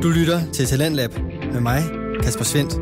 Du lytter til Talentlab med mig, Kasper Svendt.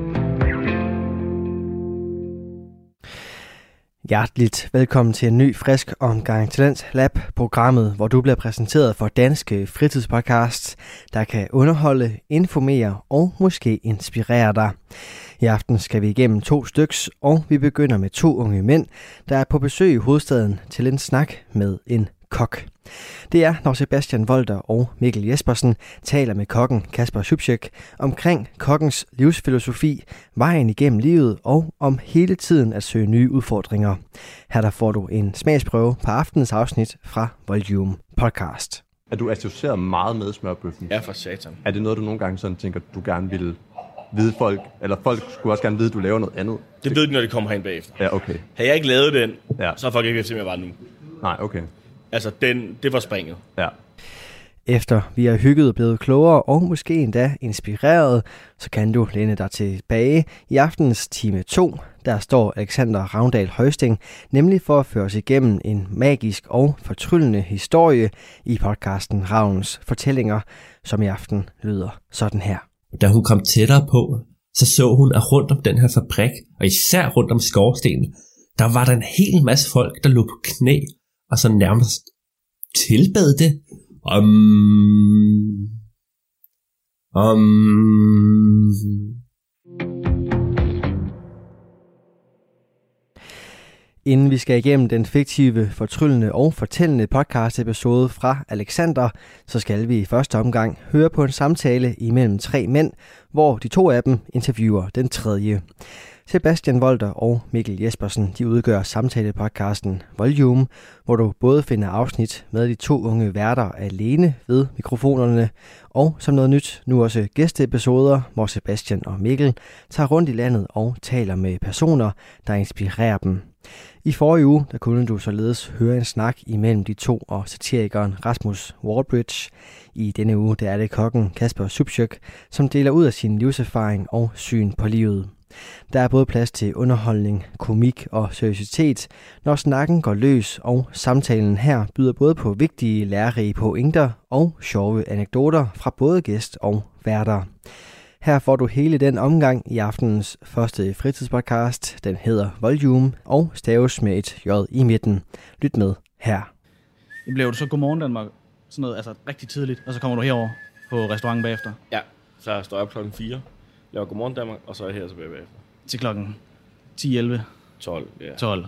Hjerteligt velkommen til en ny, frisk omgang Talentlab, programmet, hvor du bliver præsenteret for danske fritidspodcasts, der kan underholde, informere og måske inspirere dig. I aften skal vi igennem 2 styks, og vi begynder med 2 unge mænd, der er på besøg i hovedstaden til en snak med en kok. Det er, når Sebastian Wolter og Mikkel Jespersen taler med kokken Kasper Subsiek omkring kokkens livsfilosofi, vejen igennem livet og om hele tiden at søge nye udfordringer. Her der får du en smagsprøve på aftenens afsnit fra Volume Podcast. Er du associeret meget med smørbøffen? Ja, for satan. Er det noget, du nogle gange sådan tænker, du gerne vil vide folk, eller folk skulle også gerne vide, at du laver noget andet? Det ved de, når de kommer herind bagefter. Ja, okay. Havde jeg ikke lavet den, Ja. så har folk ikke ved til, jeg var nu. Nej, okay. Altså, det var springet. Ja. Efter vi har hygget og blevet klogere og måske endda inspireret, så kan du læne dig tilbage i aftenens time 2. Der står Alexander Ravndal Højsting, nemlig for at føre os igennem en magisk og fortryllende historie i podcasten Ravns Fortællinger, som i aften lyder sådan her. Da hun kom tættere på, så hun, at rundt om den her fabrik, og især rundt om skorstenen, der var der en hel masse folk, der lå på knæ, og så nærmest tilbad det. Inden vi skal igennem den fiktive, fortryllende og fortællende podcast-episode fra Alexander, så skal vi i første omgang høre på en samtale imellem 3 mænd, hvor de 2 af dem interviewer den tredje. Sebastian Wolter og Mikkel Jespersen, de udgør samtalepodcasten Volume, hvor du både finder afsnit med de 2 unge værter alene ved mikrofonerne, og som noget nyt nu også gæsteepisoder, hvor Sebastian og Mikkel tager rundt i landet og taler med personer, der inspirerer dem. I forrige uge, der kunne du således høre en snak imellem de 2 og satirikeren Rasmus Wallbridge. I denne uge, der er det kokken Kasper Subsiek, som deler ud af sin livserfaring og syn på livet. Der er både plads til underholdning, komik og seriøsitet, når snakken går løs, og samtalen her byder både på vigtige, lærerige pointer og sjove anekdoter fra både gæst og værter. Her får du hele den omgang i aftenens første fritidspodcast. Den hedder Volume og staves med et J i midten. Lyt med her. Det blev du så Godmorgen Danmark, sådan noget, altså rigtig tidligt, og så kommer du herover på restauranten bagefter. Ja, så står jeg op klokken 4, laver Godmorgen Danmark, og så er jeg her tilbage bagefter. Til klokken 10, 11, 12, ja. 12.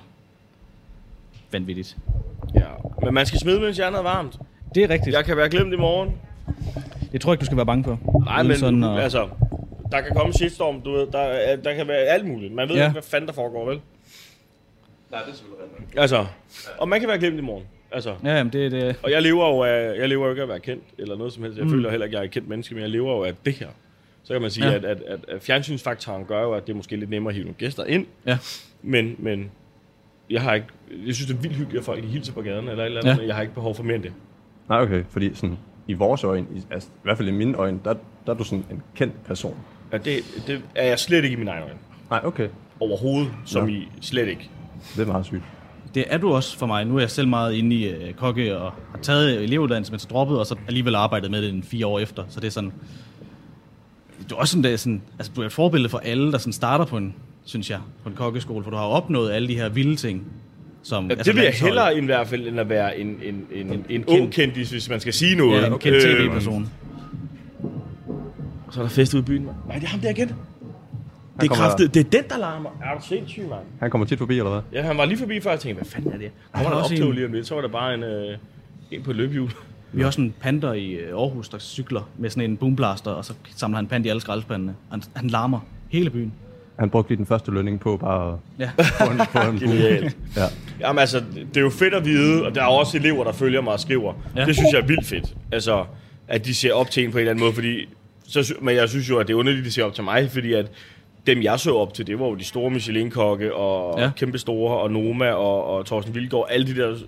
Vanvittigt. Ja, men man skal smide, mens hjernet er varmt. Det er rigtigt. Jeg kan være glemt i morgen. Det tror jeg ikke, du skal være bange for. Nej, men sådan, altså, der kan komme shitstorm, du ved, der kan være alt muligt. Man ved ikke, hvad fanden der foregår, vel? Nej, det er selvfølgelig rigtigt. Altså, og man kan være glemt i morgen. Altså, ja, jamen det. Og jeg lever jo ikke af at være kendt, eller noget som helst. Jeg føler heller ikke, at jeg er et kendt menneske, men jeg lever jo af det her. Så kan man sige, at fjernsynsfaktoren gør jo, at det er måske lidt nemmere at hive nogle gæster ind. Ja. Men jeg synes, det er vildt hyggeligt, at folk hilser på gaden, eller et eller andet, men jeg har ikke behov for mere end det. Nej, okay, fordi sådan, i vores øjne, altså, i hvert fald i mine øjne, der er du sådan en kendt person. Ja, det er jeg slet ikke i mine egne øjne. Nej, okay. Overhovedet, som I slet ikke. Det er meget sygt. Det er du også for mig. Nu er jeg selv meget inde i kokke og har taget elevuddannelse, men så droppet, og så alligevel arbejdet med det 4 år efter. Så det er sådan... Du er også sådan, altså du er et forbillede for alle, der sådan starter på en, synes jeg, på en kokkeskole, for du har opnået alle de her vilde ting. Som, ja, det vil jeg hellere i hvert fald, end at være en ung kendis, hvis man skal sige noget. Ja, en kendt tv-person. Så er der fest ude i byen, mand. Nej, det er ham der igen. Det er kraftigt. Det er den, der larmer. Er du sindssyg, mand? Han kommer tit forbi, eller hvad? Ja, han var lige forbi før, og jeg tænkte, hvad fanden er det? Kommer der optog lige om lidt, så var der bare en på et løbehjul. Vi har også en panter i Aarhus, der cykler med sådan en boomblaster, og så samler han pant i alle skraldespandene. Han larmer hele byen. Han brugte lige den første lønning på bare på en genialt. Ja. Jamen altså, det er jo fedt at vide, og der er også elever, der følger mig og skriver. Ja. Det synes jeg er vildt fedt. Altså, at de ser op til en på en eller anden måde, fordi... men jeg synes jo, at det er underligt, at de ser op til mig, fordi at dem, jeg så op til, det var jo de store Michelin-kokke, og kæmpe store, og Noma, og Thorsten Vildgaard, alle de der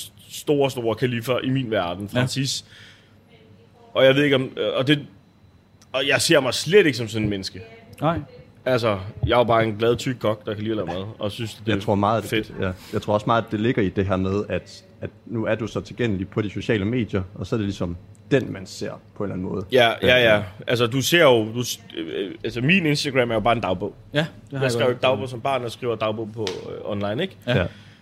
store kalifer i min verden, Francis. Og jeg ved ikke om... Og jeg ser mig slet ikke som sådan en menneske. Nej. Altså, jeg er jo bare en glad, tyk kok, der kan lide at lave mad, og synes, det er fedt. Jeg tror også meget, at det ligger i det her med, at nu er du så tilgængelig på de sociale medier, og så er det ligesom den, man ser på en eller anden måde. Ja. Altså, du ser jo... altså, min Instagram er jo bare en dagbog. Ja, det har jeg skrev dagbog som barn, og skriver dagbog på online, ikke? Ja.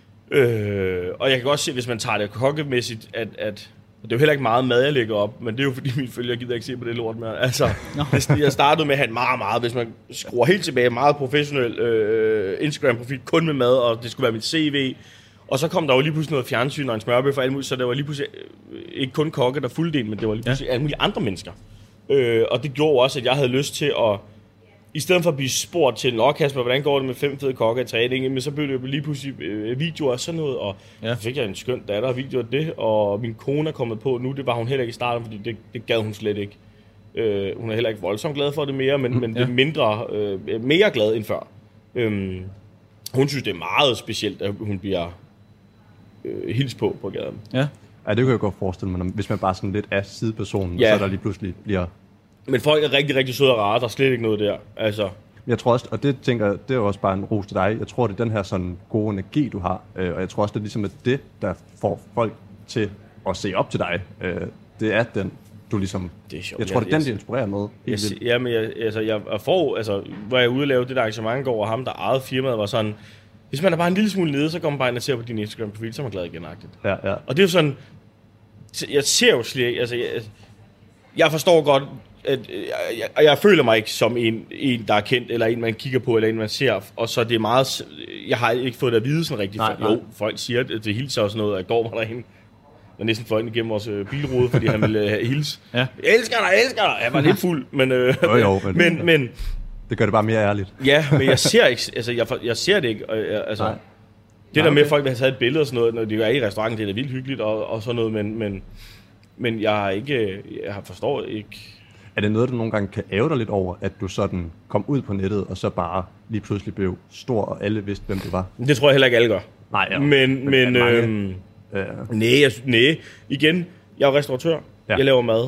Og jeg kan også se, hvis man tager det kokkemæssigt, at det er jo heller ikke meget mad, jeg lægger op, men det er jo fordi mine følgere gider ikke se på det lort mere. Altså, jeg startede med at have en meget, hvis man skruer helt tilbage, meget professionel Instagram-profil, kun med mad, og det skulle være mit CV. Og så kom der jo lige pludselig noget fjernsyn og en smørbøf og alt muligt, så det var lige pludselig ikke kun kokke, der fulgte den, men det var lige pludselig alle mulige andre mennesker. Og det gjorde også, at jeg havde lyst til at, i stedet for at blive spurgt til, Kasper, hvordan går det med 5 fede kokke i træning, men så blev det jo lige pludselig videoer og sådan noget, og så fik jeg en skøn datter og video af det, og min kone er kommet på nu, det var hun heller ikke i starten, fordi det gad hun slet ikke. Hun er heller ikke voldsomt glad for det mere, men det er mindre, mere glad end før. Hun synes, det er meget specielt, at hun bliver hils på gaden. Ja, det kan jeg godt forestille mig, hvis man bare sådan lidt er sidepersonen, så der lige pludselig bliver... Men folk er rigtig, rigtig søde og rare, der er slet ikke noget der, altså... Jeg tror også, og det tænker jeg, det er jo også bare en ros til dig, jeg tror, det er den her sådan gode energi, du har, og jeg tror også, det er ligesom det, der får folk til at se op til dig. Det er den, du ligesom... Det er sjovt. Jeg tror, det er den, de inspirerer med. Jamen, jeg får, hvor jeg ude og lave det der arrangement går, og ham, der ejede firmaet, var sådan... Hvis man er bare en lille smule nede, så går man bare ind og ser på din Instagram-profil, så er man glad igen-agtigt. Ja. Og det er jo sådan... Jeg ser jo slet ikke... Altså, jeg forstår godt, at jeg føler mig ikke som en, der er kendt, eller en, man kigger på, eller en, man ser. Og så det er meget... Jeg har ikke fået det at vide sådan rigtigt. Nej. Jo, folk siger, at det hilser og sådan noget, og i går var der en, der næsten fløj ind igennem vores bilrude, fordi han ville hilse. Ja. Jeg elsker dig! Jeg var lidt fuld, men... men det gør det bare mere ærligt. Ja, men jeg ser ikke, altså jeg ser det ikke, det der med at folk vil have taget et billede og sådan noget, når de er i restauranten, det er da vildt hyggeligt og sådan noget, men jeg forstår ikke. Er det noget, du nogle gange kan ære dig lidt over, at du sådan kom ud på nettet, og så bare lige pludselig blev stor, og alle vidste, hvem du var? Det tror jeg heller ikke, alle gør. Nej, ja. Men nej, igen, jeg er restauratør. Ja. Jeg laver mad,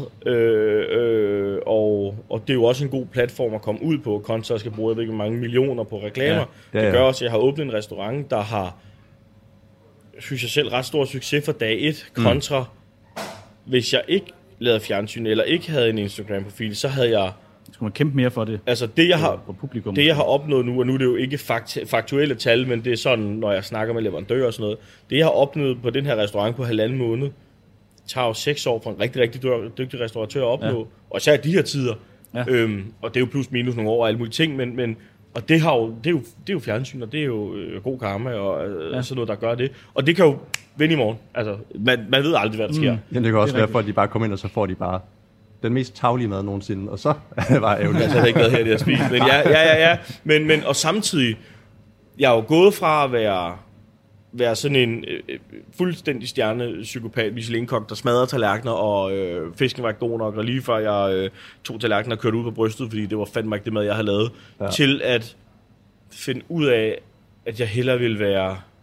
og det er jo også en god platform at komme ud på, kontra at skal bruge jeg ved ikke mange millioner på reklamer. Ja. Det gør også, at jeg har åbnet en restaurant, der har, synes jeg selv, ret stor succes fra dag 1, kontra hvis jeg ikke lavede fjernsyn, eller ikke havde en Instagram-profil, så havde jeg... Skulle man kæmpe mere for det? Altså det, jeg har opnået nu, og nu er det jo ikke faktuelle tal, men det er sådan, når jeg snakker med leverandører og sådan noget, det jeg har opnået på den her restaurant på 1,5 måned, tager jo 6 år for en rigtig, rigtig dygtig restauratør at opnå, og især i de her tider. Ja. Og det er jo plus minus nogle år og alle mulige ting, men og det er jo fjernsyn, og det er jo god karma og sådan noget, der gør det. Og det kan jo vende i morgen. Altså, man ved aldrig, hvad der sker. Ja, det kan også være, for at de bare kommer ind, og så får de bare den mest taglige mad nogensinde, og så var ærgerligt. Altså, jeg havde ikke været her, det at spise. Men ja. Men og samtidig, jeg er jo gået fra at være sådan en fuldstændig stjerne-psykopat, Michelin-kok, der smadrer tallerkener, og fisken var ikke god nok, og lige før jeg tog tallerkener og kørte ud på brystet, fordi det var fandme ikke det mad, jeg havde lavet, til at finde ud af, at jeg hellere ville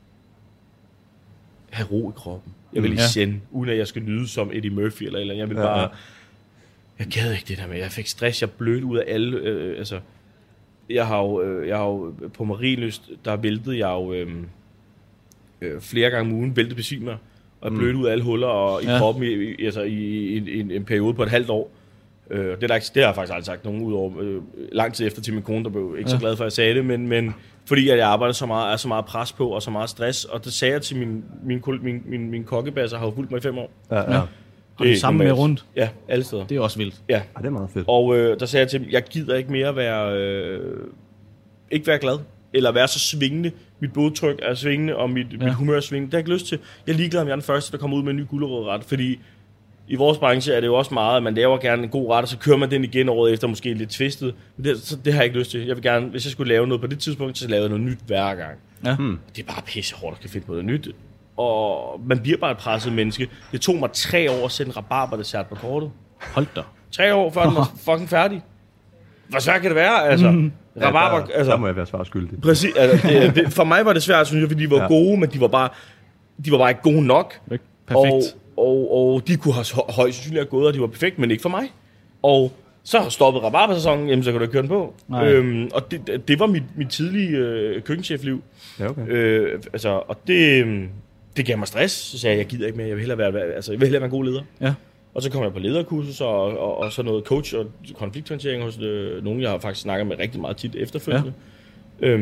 have ro i kroppen. Jeg vil ikke sende, uden at jeg skal nyde som Eddie Murphy eller eller. Jeg vil bare... Jeg gad ikke det der med. Jeg fik stress, jeg blødte ud af alle... Jeg har jo på Marienlyst, der væltede jeg jo... flere gange om ugen, væltede besvimer, og blødte ud af alle huller og i kroppen i en periode på et halvt år. Det har jeg faktisk aldrig sagt nogen udover lang tid efter til min kone, der blev ikke så glad for, at jeg sagde det, men fordi at jeg arbejder så meget, er så meget pres på og så meget stress, og det sagde jeg til min kokkebasser, har jo fulgt mig i 5 år. Ja. Og det samme med rundt? Ja, alle steder. Det er også vildt. Ja, det er meget fedt. Og der sagde jeg til dem, jeg gider ikke mere ikke være glad, eller være så svingende. Mit blodtryk er svingende, og mit humør er svingende. Det har jeg ikke lyst til. Jeg er ligeglad, om jeg er den første, der kommer ud med en ny gulerødret, fordi i vores branche er det jo også meget, at man laver gerne en god ret, og så kører man den igen året efter, måske lidt tvistet. Men det har jeg ikke lyst til. Jeg vil gerne, hvis jeg skulle lave noget på det tidspunkt, så lave jeg noget nyt hver gang. Ja. Det er bare pisse hårdt at kan finde på noget nyt. Og man bliver bare et presset menneske. Det tog mig 3 år at sætte en rabarberdessert på kortet. Hold da. 3 år, før den var fucking færdig. Hvor svært kan det være, altså? Rabarber, der må jeg være svarskyldig. Præcis. Altså, for mig var det svært, synes jeg, fordi de var gode, men de var bare ikke gode nok. Perfekt. Og de kunne have højst sandsynligt have gået, og de var perfekt, men ikke for mig. Og så stoppede rabarbersæsonen, jamen så kunne du køre den på. Og det var mit tidlige køkkenchefliv. Ja, okay. Og det gav mig stress. Så sagde jeg gider ikke mere, jeg vil hellere være en god leder. Ja. Og så kom jeg på lederkursus og så noget coach og konflikthåndtering hos nogen, jeg har faktisk snakket med rigtig meget tit efterfølgende. Ja.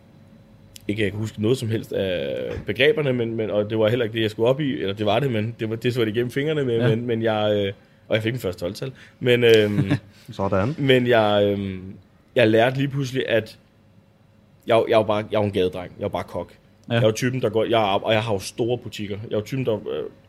Ikke jeg kan huske noget som helst af begreberne, men og det var heller ikke det, jeg skulle op i, eller det var det, men det så det igennem fingrene med, ja. men jeg... og jeg fik den første 12-tal. Men, sådan. Men jeg lærte lige pludselig, at jeg var en gadedreng. Jeg var bare kok. Ja. Jeg var typen, der går... og jeg har jo store butikker. Jeg var typen, der...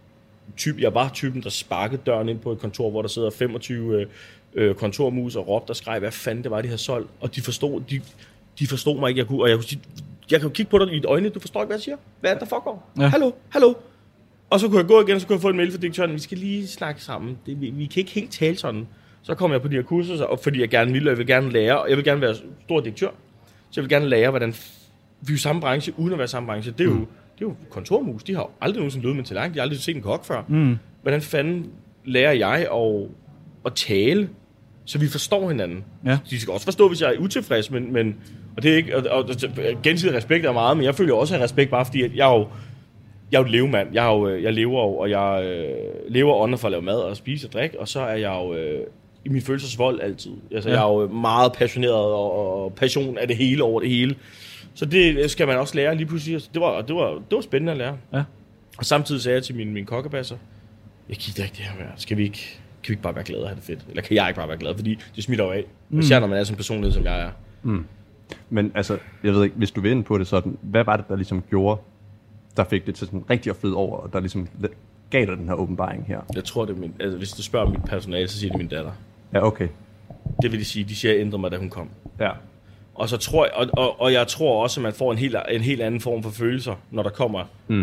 jeg var typen, der sparkede døren ind på et kontor, hvor der sidder 25 kontormus og råbte og skreg, hvad fanden det var, de havde solgt. Og de forstod mig ikke. Jeg kan jo kigge på dig i øjnene, du forstår ikke, hvad jeg siger. Hvad er det, der foregår? Ja. Hallo. Og så kunne jeg gå igen, så kunne jeg få en mail fra direktøren, vi skal lige snakke sammen. Vi kan ikke helt tale sådan. Så kom jeg på de her kurser, fordi jeg gerne ville, og jeg vil gerne lære, og jeg vil gerne være stor direktør. Så jeg vil gerne lære, hvordan vi er i samme branche, uden at være samme branche. Det er jo kontormus, de har jo aldrig nogensinde løbet med tallerken, de har aldrig set en kok før. Hvordan fanden lærer jeg at tale, så vi forstår hinanden? Ja. De skal også forstå, hvis jeg er utilfreds, men og det er ikke, og gensidig respekt er meget, men jeg føler også respekt, bare fordi at jeg er jo et levemand. Jeg lever jo, og jeg lever ånder for at lave mad og spise og drikke, og så er jeg jo i min følelsesvold altid. Altså, jeg er jo meget passioneret, og passion af det hele over det hele. Så det skal man også lære lige pludselig. Det var spændende at lære. Ja. Og samtidig sagde jeg til min kokkebasser, jeg gider ikke det her mere. Kan vi ikke bare være glade og have det fedt? Eller kan jeg ikke bare være glad? Fordi det smitter jo af. Især når man er sådan en personlighed, som jeg er. Men altså, jeg ved ikke, hvis du vil ind på det sådan, hvad var det, der ligesom gjorde, der fik det til sådan rigtig at flyde over, og der ligesom gav dig den her åbenbaring her? Jeg tror, det er hvis du spørger mit personale, så siger det min datter. Ja, okay. Det vil de sige, de siger, jeg ændrede mig, da hun kom. Ja. Og så tror jeg, og jeg tror også, at man får en helt anden form for følelser, når der kommer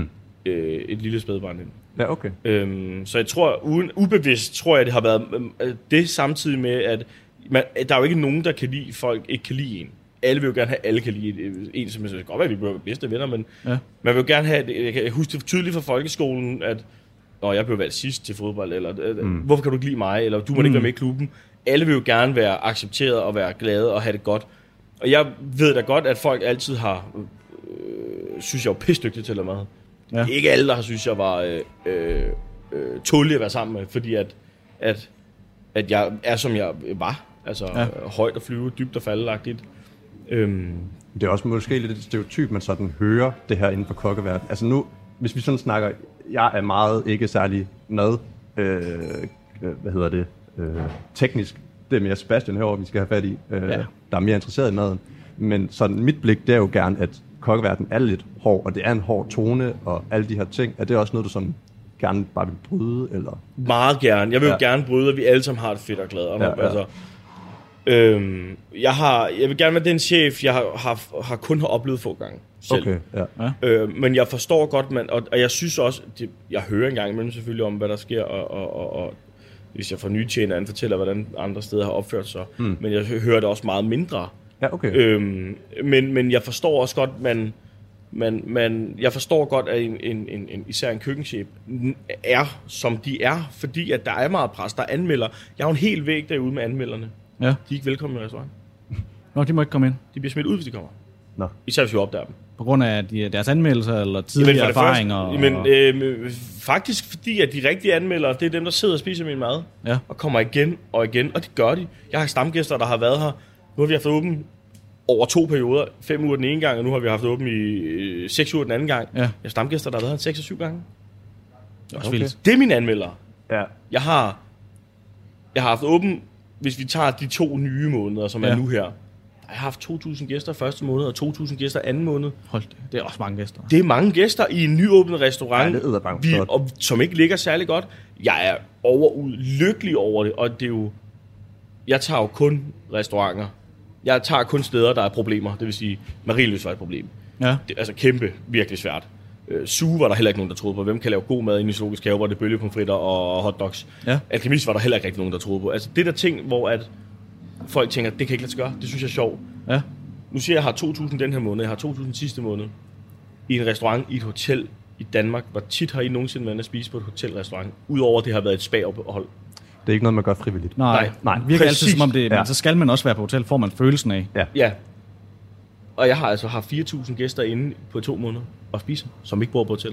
et lille spædbarn ind. Ja, okay. Så jeg tror, ubevidst tror jeg, det har været det samtidig med, at der er jo ikke nogen, der kan lide folk, ikke kan lide en. Alle vil jo gerne have, alle kan lide en, som jeg synes, godt være, vi bliver bedste venner, men man vil jo gerne have, jeg kan huske det tydeligt fra folkeskolen, at jeg blev valgt sidst til fodbold, eller hvorfor kan du ikke lide mig, eller du må ikke være med i klubben. Alle vil jo gerne være accepteret og være glade og have det godt. Og jeg ved da godt, at folk altid har, synes jeg var pisdygtig til at mad. Ja. Ikke alle, der har synes jeg var tålig at være sammen med, fordi at jeg er, som jeg var. Altså højt at flyve, dybt og faldelagtigt. Det er også måske lidt et stereotyp, man sådan hører det her inden for kokkeverdenen. Altså nu, hvis vi sådan snakker, jeg er meget ikke særlig mad, teknisk. Det er mere Sebastian herovre, vi skal have fat i, der er mere interesseret i maden. Men sådan mit blik, det er jo gerne, at kokkeverdenen er lidt hård, og det er en hård tone, og alle de her ting. Er det også noget, du sådan gerne bare vil bryde, eller? Meget gerne. Jeg vil jo gerne bryde, at vi alle sammen har det fedt og glad. Altså, jeg vil gerne være den chef, jeg har kun oplevet få gange selv. Okay, men jeg forstår godt, og jeg synes også, jeg hører engang imellem selvfølgelig om, hvad der sker, og hvis jeg får nye tjenere, fortæller, hvordan andre steder har opført sig. Men jeg hører det også meget mindre. Ja, okay. Men jeg forstår også godt, jeg forstår godt, at især en køkkenchef er, som de er, fordi at der er meget pres, der anmelder. Jeg har jo en hel væg derude med anmelderne. Ja. De er ikke velkommen i restauranten. Nå, de må ikke komme ind. De bliver smidt ud, hvis de kommer. Nå. Især hvis vi opdager dem. På grund af deres anmeldelser eller tidligere erfaringer? Faktisk fordi, at de rigtige anmeldere, det er dem, der sidder og spiser min mad. Ja. Og kommer igen og igen, og det gør de. Jeg har stamgæster, der har været her. Nu har vi haft åben over 2 perioder. 5 uger den ene gang, og nu har vi haft åben i 6 uger den anden gang. Ja. Jeg har stamgæster, der har været her 6 og 7 gange. Okay. Det er mine anmeldere. Ja. Jeg har haft åben, hvis vi tager de 2 nye måneder, som er nu her. Jeg har haft 2.000 gæster første måned, og 2.000 gæster anden måned. Hold det er også mange gæster. Det er mange gæster i en nyåbnet restaurant, som ikke ligger særlig godt. Jeg er lykkelig over det, og det er jo... Jeg tager jo kun restauranter. Jeg tager kun steder, der er problemer. Det vil sige, Marieløs var et problem. Ja. Det, altså kæmpe, virkelig svært. Suge var der heller ikke nogen, der troede på. Hvem kan lave god mad inde i zoologisk have, hvor det er bølgepomfritter og hotdogs? Ja. Alkemist var der heller ikke rigtig nogen, der troede på. Altså det der ting, hvor at folk tænker, det kan ikke lade sig gøre. Det synes jeg er sjovt. Ja. Nu siger jeg, at jeg har 2.000 den her måned. Jeg har 2.000 sidste måned. I en restaurant i et hotel i Danmark. Hvor tit har I nogensinde været at spise på et hotelrestaurant? Udover det har været et spa-ophold. Det er ikke noget, man gør frivilligt. Nej. Det virker altid som om det, men så skal man også være på hotel, får man følelsen af. Ja. Og jeg har altså haft 4.000 gæster inde på 2 måneder og spise, som ikke bor på hotellet.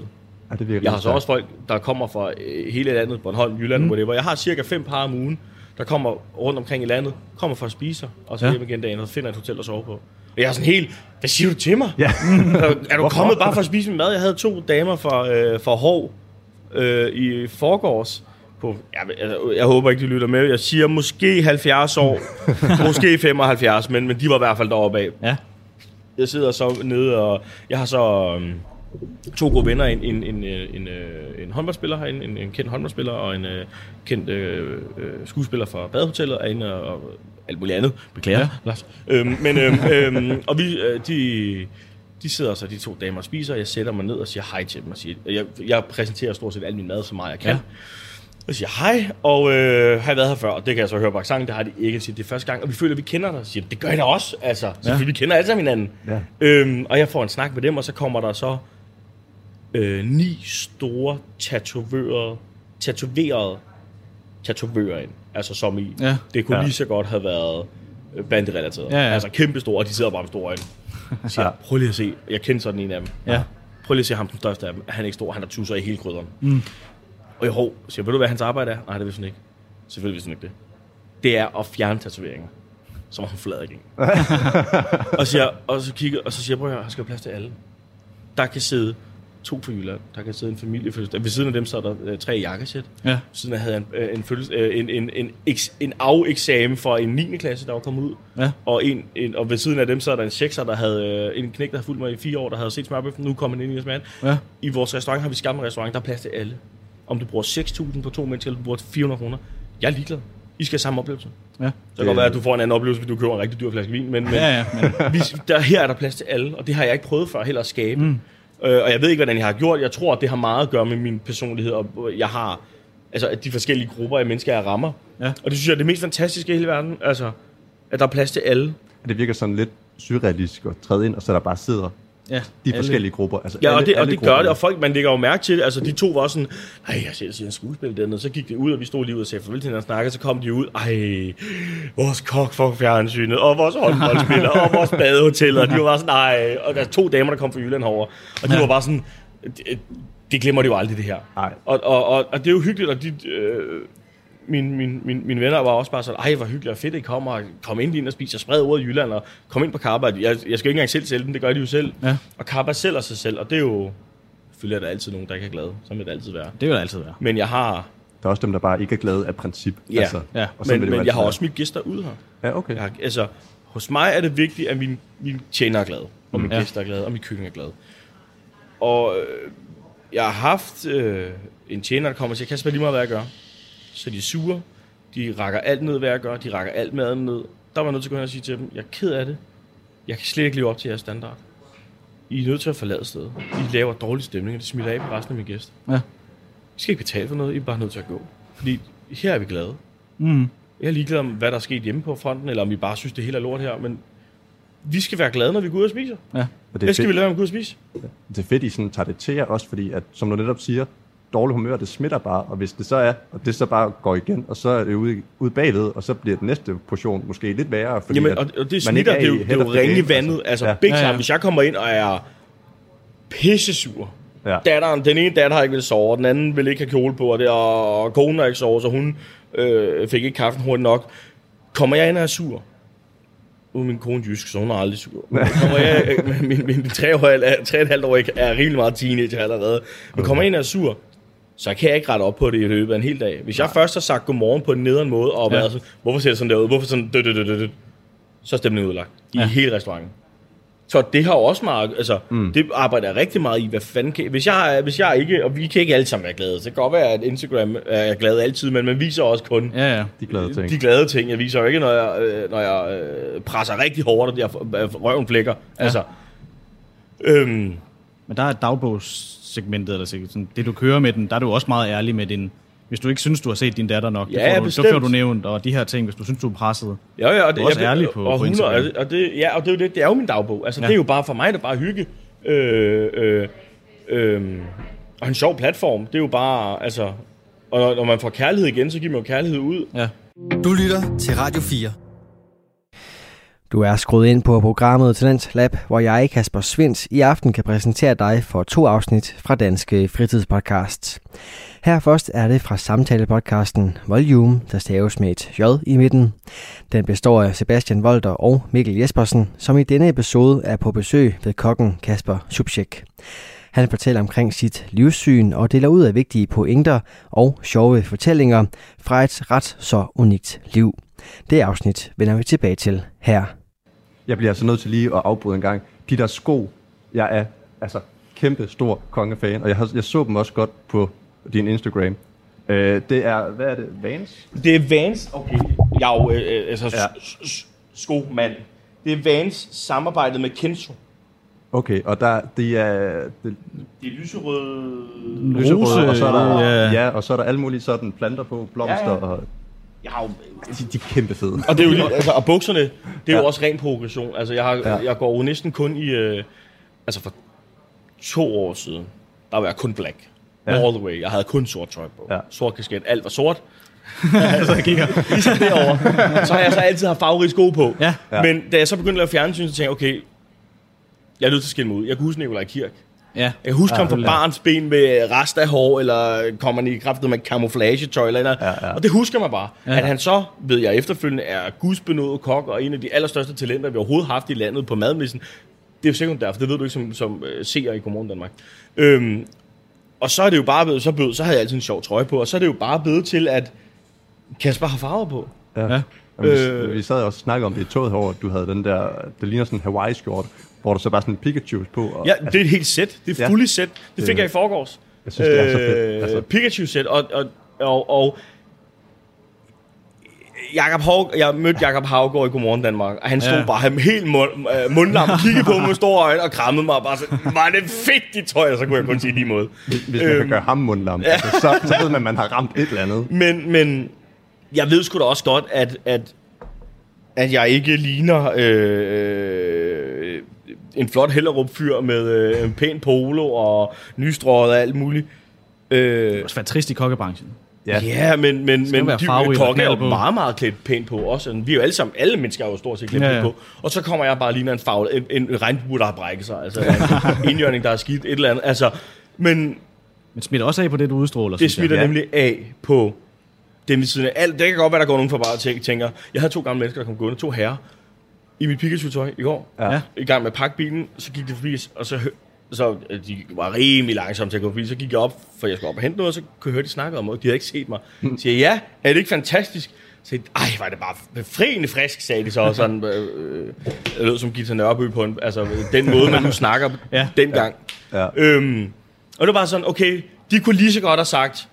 Ja, det virker jeg har så også folk, der kommer fra hele landet, Bornholm, Jylland, whatever. Jeg har cirka 5 par om ugen, der kommer rundt omkring i landet, kommer for at spise, og så hjem igen dagen, og finder et hotel at sove på. Og jeg er sådan helt, hvad siger du til mig? Ja. Er du kommet bare for at spise min mad? Jeg havde 2 damer fra Hov i forgårs. Jeg håber ikke, de lytter med. Jeg siger måske 70 år, måske 75, men de var i hvert fald deroppe af. Ja. Jeg sidder så nede, og jeg har så 2 gode venner, en håndboldspiller herinde, en kendt håndboldspiller, og en kendt skuespiller fra Badehotellet, og alt muligt andet. Beklager, Lars. Og vi, de sidder så, de 2 damer, og spiser, og jeg sætter mig ned og siger hej til dem, og siger, jeg præsenterer stort set al min mad, så meget jeg kan. Ja. Jeg siger hej, og har jeg været her før? Og det kan jeg så høre på accenten, det har de ikke. Siger, det er første gang, og vi føler, at vi kender dig. Siger, det gør jeg da også, altså. Selvfølgelig, vi kender alle sammen hinanden. Ja. Og jeg får en snak med dem, og så kommer der så 9 store tatovører ind. Altså som i, det kunne lige så godt have været banderelateret. Ja. Altså kæmpe store, og de sidder bare med store øjne. Siger, prøv lige at se, jeg kender sådan en af dem. Ja. Prøv lige at se ham, den største af dem. Han er ikke stor, han har tusser i hele krydderen. Og jeg siger, ved du hvad hans arbejde er? Nej, det vidste hun ikke. Selvfølgelig vidste hun ikke det. Det er at fjerne tatoveringer. Så var hun flad igen. og så kigger, og så siger jeg, her skal jo plads til alle. Der kan sidde 2 fra Jylland. Der kan sidde en familie. Ved siden af dem så er der 3 jakkesæt. Ja. Ved siden af havde en afeksamen for en 9. klasse, der var kommet ud. Ja. Og ved siden af dem så er der en 6'er, der havde en knæk, der havde fulgt mig i 4 år, der havde set smørbøffen. Nu kommer den ind i smag. Ja. I vores restaurant har vi skabt en restaurant, der er plads til alle. Om du bruger 6.000 på 2 mennesker, eller du bruger 400 kroner. Jeg er ligeglad. I skal have samme oplevelse. Ja. Så kan godt være, at du får en anden oplevelse, hvis du køber en rigtig dyr flaske vin. Men her er der plads til alle, og det har jeg ikke prøvet før heller at skabe. Og jeg ved ikke, hvordan jeg har gjort. Jeg tror, at det har meget at gøre med min personlighed, og jeg har altså de forskellige grupper af mennesker, jeg rammer. Ja. Og det synes jeg er det mest fantastiske i hele verden. Altså, at der er plads til alle. Det virker sådan lidt surrealistisk at træde ind, og så der bare sidder de forskellige grupper. Altså ja, og det gør det, og folk, man lægger jo mærke til det. Altså, de 2 var sådan, jeg ser en skuespil dernede. Så gik det ud, og vi stod lige ud og sagde farvel til hinanden og snakkede. Så kom de ud, vores kok for fjernsynet, og vores håndboldspiller, og vores badehoteller. Og de var bare sådan, og der er 2 damer, der kom fra Jylland herover. Og de var bare sådan, det glemmer de jo aldrig, det her. Og det er jo hyggeligt, og mine venner var også bare sådan, hvor hyggeligt og fedt, at I kommer ind og spiser spred over i Jylland, og kom ind på Carba. Jeg skal ikke engang selv sælge dem, det gør de jo selv. Ja. Og Carba sælger sig selv, og det er jo, selvfølgelig er der altid nogen, der ikke er glade. Sådan vil det altid være. Det vil det altid være. Men jeg har... Der er også dem, der bare ikke er glade af princip. Ja, altså, men jeg har også mine gæster ude her. Ja, okay. Hos mig er det vigtigt, at mine tjener er glade, og mine gæster er glade, og min køkken er glade. Og jeg har haft en tjener, der kommer og siger, Kasper, lige meget hvad jeg gør. Så de er sure, de rækker alt ned, hvad jeg gør, de rækker alt maden ned. Der var jeg nødt til at gå hen og sige til dem, jeg er ked af det. Jeg kan slet ikke leve op til jeres standard. I er nødt til at forlade stedet. I laver dårlig stemning, og det smitter af på resten af mine gæster. Ja. I skal ikke betale for noget, I er bare nødt til at gå. Fordi her er vi glade. Jeg er ligeglad om, hvad der er sket hjemme på fronten, eller om vi bare synes, det hele er lort her, men vi skal være glade, når vi går ud og spiser. Ja. Det skal vi lade, når vi går ud og spise. Det er fedt, I sådan tager det til jer også, fordi at, som du netop siger, dårlig humør, det smitter bare, og hvis det så er, og det så bare går igen, og så er det ude bagved, og så bliver den næste portion måske lidt værre, fordi og det smitter, det er jo ringe i vandet, altså big time, hvis jeg kommer ind og er pissesur, den ene datter har ikke vil sove, den anden vil ikke have kjole på, og konen har ikke sovet, så hun fik ikke kaffen hurtigt nok, kommer jeg ind og er sur, min kone jysk, så hun er aldrig sur. Kommer jeg, min 3,5-årige er rimelig meget teenager allerede, men kommer jeg ind og er sur, så kan jeg ikke rette op på det i løbet af en hel dag. Hvis jeg først har sagt godmorgen på en nederen måde, og været sådan, hvorfor ser det sådan derude, hvorfor sådan, så er stemningen udlagt i hele restauranten. Så det har jo også meget, altså, det arbejder jeg rigtig meget i, hvad fanden kan, hvis jeg ikke, og vi kan ikke alle sammen være glade, så det kan godt være, at Instagram er glad altid, men man viser også kun de glade ting. Jeg viser jo ikke, når jeg presser rigtig hårdt, og røven flækker. Altså, Men der er dagbogssegmentet, eller sådan, det du kører med den, der er du også meget ærlig med din. Hvis du ikke synes, du har set din datter nok, så får du nævnt, og de her ting, hvis du synes, du er presset. Ja, og det er også ærlig på Instagram. Og det er jo min dagbog. Altså, det er jo bare for mig, det er bare hygge. Og en sjov platform, det er jo bare, altså, og når man får kærlighed igen, så giver man jo kærlighed ud. Ja. Du lytter til Radio 4. Du er skruet ind på programmet Talent Lab, hvor jeg, Kasper Svindt, i aften kan præsentere dig for 2 afsnit fra Danske Fritidspodcasts. Her først er det fra samtalepodcasten Volume, der staves med et J i midten. Den består af Sebastian Wolter og Mikkel Jespersen, som i denne episode er på besøg ved kokken Kasper Subsiek. Han fortæller omkring sit livssyn og deler ud af vigtige pointer og sjove fortællinger fra et ret så unikt liv. Det afsnit vender vi tilbage til her. Jeg bliver altså nødt til lige at afbryde en gang. De der sko, jeg er altså kæmpe stor kongefan, og jeg så dem også godt på din Instagram. Det er, hvad er det, Vans? Det er Vans, okay. Jeg er jo skomand. Det er Vans samarbejdet med Kenzo. Okay, og der, det er lyserøde, og så er der, og så er der alle mulige sådan planter på, blomster og... De er kæmpe fede. Og det er jo altså, og bukserne, det er jo også ren progression. Altså jeg går jo næsten kun i altså for 2 år siden, der var jeg kun black. All the way. Jeg havde kun sort tøj på. Sort kasket, alt var sort. Så jeg kigger ligesom derovre. Så har jeg så altid haft farverige sko på. Men da jeg så begyndte at lave fjernsyn, så tænkte jeg, okay, jeg er nødt til at skille mig ud. Jeg kan huske Nikolaj Kirk. Jeg husker ham fra barns ben med rest af hår, eller kommer han i kraftet med camouflage-tøj, eller og det husker man bare. At han så, ved jeg efterfølgende, er gudsbenået kok, og en af de allerstørste talenter, vi overhovedet har haft i landet på madmessen. Det er jo sekundært, for det ved du ikke som seer i Godmorgen Danmark. Og så er det jo bare blevet, så havde jeg altid en sjov trøje på, og så er det jo bare blevet til, at Kasper har farver på. Vi sad og snakkede om det i toget herovre, du havde den der, det ligner sådan en Hawaii-skjort, hvor der så bare sådan en Pikachu på. Og, ja, det er et helt sæt. Det er fuldt sæt. Det fik jeg i forgårs. Jeg synes, det er så fedt. Altså. Pikachu-sæt, og jeg mødte Jakob Haugaard i Godmorgen Danmark, og han stod bare helt mundlam, kiggede på mig med store øjne og krammede mig, og bare sådan, var det fedt, dit tøj, og så kunne jeg kun sige lige måde. Hvis man kan gøre ham mundlam, altså, så ved man, at man har ramt et eller andet. Men jeg ved sgu da også godt, at jeg ikke ligner en flot Hellerup-fyr med en pæn polo og nystrøget og alt muligt. Det er også været trist i kokkebranchen. Ja, men kokke er jo meget, meget klædt pænt på også. Vi er jo alle sammen, alle mennesker er jo stort set klædt pænt på. Og så kommer jeg bare ligner en regnbue, der har brækket sig. Altså en indjørning, der er skidt, et eller andet. Altså, men smitter også af på det, du udstråler. Det smitter nemlig af på dem ved siden af. Alt, det kan godt være, der går nogen for bare tænker. Jeg havde 2 gamle mennesker, der kom gående, 2 herrer, i mit Pikachu-tøj i går. I gang med at pakke bilen, så gik det forbi, og så de var rimelig langsomt til at gå forbi. Så gik jeg op, for jeg skulle op og hente noget, og så kunne jeg høre, de snakkede om, og de havde ikke set mig. Så siger ja, er det ikke fantastisk? Så sagde var det bare befriende frisk, sagde de så. Og sådan, det lød som Gita Nørby på den måde, man nu snakker dengang. Og det var bare sådan, okay, de kunne lige så godt have sagt,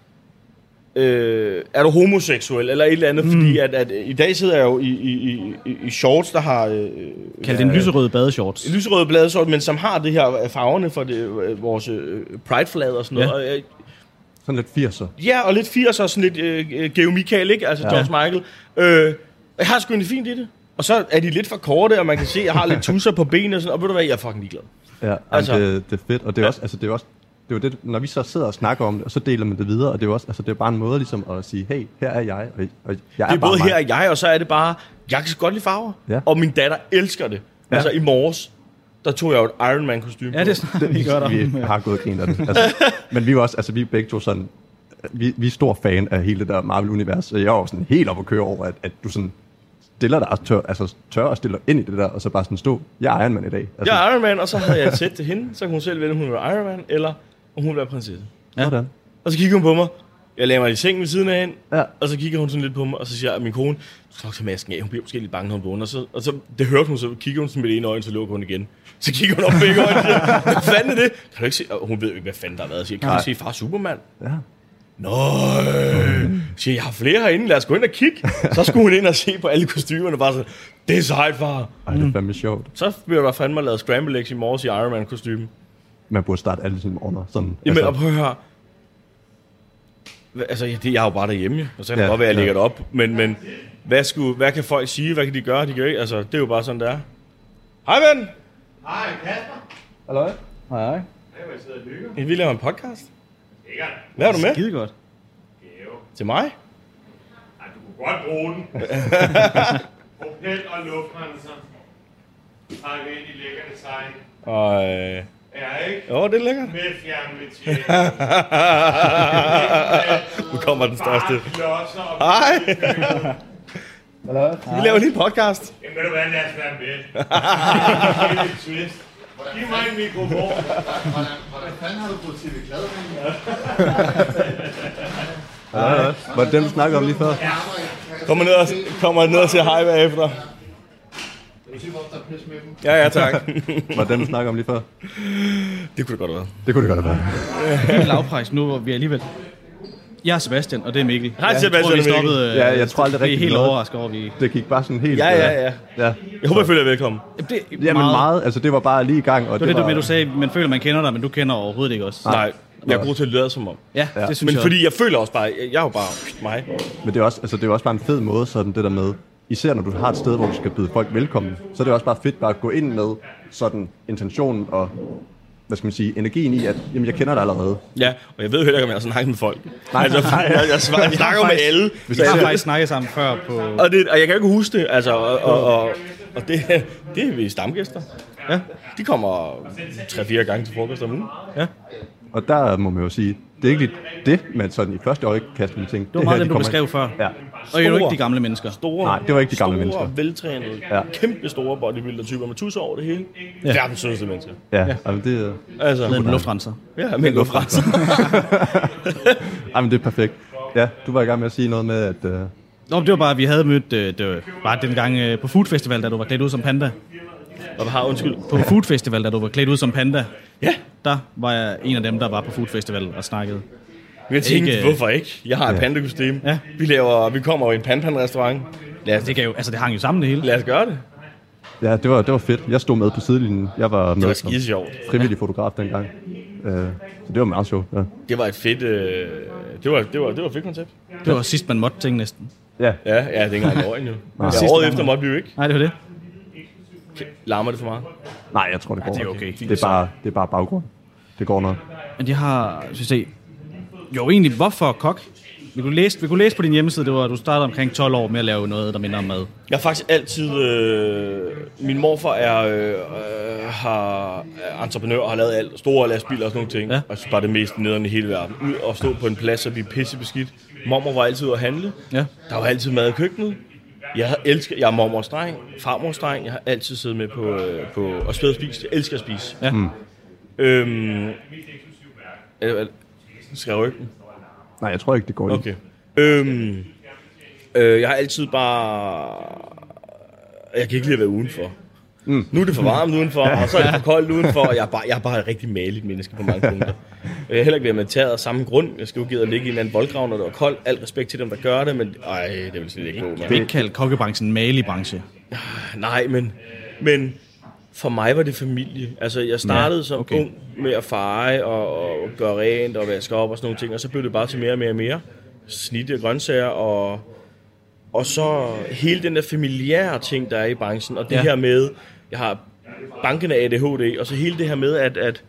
er du homoseksuel eller et eller andet, fordi at i dag sidder jeg jo i shorts, der har kaldt en lyserøde badeshorts. Lyserøde badeshorts, men som har det her farverne for vores pride-flag og sådan noget. Sådan lidt 80'er. Ja, og lidt 80'er og sådan lidt Geo Michael, ikke? Altså George Michael. Jeg har sgu en fint i det. Og så er de lidt for korte, og man kan se, at jeg har lidt tusser på benene og sådan, og ved du hvad, jeg er fucking ligeglad. Ja, altså, det er fedt, og det er også, altså det er også det er jo det, når vi så sidder og snakker om det, og så deler man det videre, og det er jo også, altså det er bare en måde ligesom at sige, hey, her er jeg, og jeg det er både her er jeg, og så er det bare, jeg kan godt lide farver, og min datter elsker det. Altså i morges, der tog jeg jo et Iron Man kostume. Ja, det er vi har gået og grint af det. Altså, men vi var også, altså vi er begge to sådan, vi er stor fan af hele det der Marvel-univers, så jeg var sådan helt op at køre over, at du sådan stiller dig tør at stille ind i det der, og så bare sådan stå, jeg er Iron Man i dag. Altså, jeg er Iron Man, og så havde jeg et sæt til hende, så kunne hun selv vælge, om hun var Iron Man, eller om hun ville være prinsesse. Hvordan? Og så kigger hun på mig, jeg lagde mig i sengen ved siden af hende, og så kigger hun sådan lidt på mig, og så siger jeg, min kone, du skal nok tage masken af, hun bliver måske lidt bange, når hun vågner, og så det hørte hun, så kigger hun sådan med det ene øje, så lukker hun igen. Så kigger hun op begge øjne, og siger, hvad fanden er det? Kan du ikke se? Og hun ved jo ikke, hvad fanden der har været, siger, kan du ikke se far Superman? Ja. Siger, jeg har flere herinde, lad os gå ind og kigge. Så skulle hun ind og se på alle kostymerne, bare sådan, det er sejt, far. Ej, det er fandme sjovt. Så bliver der fandme lavet scramble eggs i morges i Iron Man kostyme. Man burde starte alle sine morgener. Sådan, jamen, og prøv at høre. Altså, jeg er jo bare derhjemme, og så kan det godt være, at jeg lægger det op. Men hvad kan folk sige? Hvad kan de gøre? De kan ikke. Altså, det er jo bare sådan, det er. Hej, ven! Hej, Kasper. Hallo? Hej. Vi laver en podcast. Hvad er du med? Skide godt. Til mig? Nej, du kunne godt bruge den. Propel og luftrenser. trække ind i lækkerne tegn. Og Ja, ikke? jo, det er lækkert. Med fjernbetjening. Nu kommer den største. Klodser og Hej. Vi laver lige en podcast. Jamen, ved du hvad, lad os være med. Det er et twist. Giv mig en mikrofon. Hvordan fanden har du fået TV Glad? Var det den, du snakkede om lige før? Kommer ned og siger hej bagefter. Vil du sige, hvorfor der er pis med dem? Ja, tak. Var det den, du snakkede om lige før? Det kunne det godt have været. Det kunne det godt have været. Helt lavpris nu, hvor vi alligevel... Jeg er Sebastian, og det er Mikkel. Hej, Sebastian Jeg tror, vi og Mikkel. stoppede... Ja, jeg tror aldrig vi er rigtig helt noget. overrasket over, vi... Det gik bare sådan helt... Ja. ja. Jeg håber, jeg føler jer velkommen. Det, Jamen meget. Altså, det var bare lige i gang. Og Det var det, var... du sagde, man føler, man kender dig, men du kender overhovedet ikke os. Nej, jeg er god til at lyde som om. Ja, det synes Men jeg fordi jeg føler også bare, jeg er jo bare mig. Men det er også, altså, det er også bare en fed måde, sådan det der med, især når du har et sted, hvor du skal byde folk velkommen, så er det også bare fedt bare at gå ind med sådan intentionen og, hvad skal man sige, energien i, at jamen, jeg kender dig allerede. Ja, og jeg ved jo heller ikke, om jeg har snakket med folk. Nej, altså, jeg snakker med alle. Vi har faktisk snakket sammen før på... Og jeg kan jo ikke huske det, altså, og det er vi stamgæster. Ja. De kommer 3-4 gange til frokost om ugen. Ja. Og der må man jo sige, det er ikke lige det, men sådan i første øjekast, man tænker, Det var meget dem, du beskrev før. Ja. Og jo ikke de gamle mennesker. Store, Nej, det var ikke de gamle mennesker. Store, veltrænede, Ja. kæmpe store bodybuilder-typer med tusser over det hele. Ja. Verdens sødeste mennesker. Ja, jamen det, Altså, Med en luftrenser. ja, med en luftrenser. jamen det er perfekt. Ja, du var i gang med at sige noget med, at... Nå, det var bare, at vi havde mødt, det var bare den gang på Food Festival, da du var klædt ud som panda. Og hvad har undskyld? På Food Festival, da du var klædt ud som panda. Ja. Der var jeg en af dem, der var på Food Festival og snakkede. Jeg tænkte, Ikke- hvorfor ikke? Jeg har et panda-kostyme. Ja. Vi kommer jo i en pan-pan-restaurant. Det gav jo, altså det hang jo sammen det hele. Lad os gøre det. Ja, det var fedt. Jeg stod med på sidelinjen. Jeg var Det med var som skide sjovt. frivillig fotograf dengang. Så det var meget sjovt. Ja. Det var et fedt... Det var et fedt koncept. Det var sidst, man måtte ting næsten. Ja. Ja, det er ikke engang året endnu. Ja, Sidste året gang. efter måtte vi jo ikke. Nej, det var det. Larmer det for meget? Nej, jeg tror, det går. det er okay. Det er bare baggrund. Det går nok. Men de har, synes jeg, jo egentlig, hvorfor kok? Vi kunne læse på din hjemmeside, det var, at du startede omkring 12 år med at lave noget, der minder om mad. Jeg har faktisk altid... min morfar har entreprenør og har lavet alt. Store lastbiler og sådan nogle ting. Ja. Og jeg synes bare, det mest nederen i hele verden. Ud og stå på en plads og blive pissebeskidt. Mormor var altid ude at handle. Ja. Der var altid mad i køkkenet. Jeg er mormors dreng, farmors dreng. Jeg har altid siddet med på at spille og spise. Jeg elsker at spise. Ja. Skal jeg rykke den? Nej, jeg tror ikke, det går Okay. Jeg har altid bare... Jeg kan ikke lide at være udenfor. Nu er det for varmt udenfor, og så er det for koldt udenfor, og jeg er bare et rigtig maligt menneske på mange punkter. Jeg har heller ikke været mediteret af samme grund. Jeg skal jo give at ligge i en anden voldgrav, når det var koldt. Alt respekt til dem, der gør det, men det vil slet ikke gå. Jeg vil ikke kalde kokkebranchen en malig branche. Nej, men for mig var det familie. Altså, jeg startede som ung med at feje og gøre rent og vaske op og sådan nogle ting, og så blev det bare til mere og mere og mere. Snitte og grøntsager, og så hele den der familiære ting, der er i branchen, og det her med, jeg har banken af ADHD, og så hele det her med, at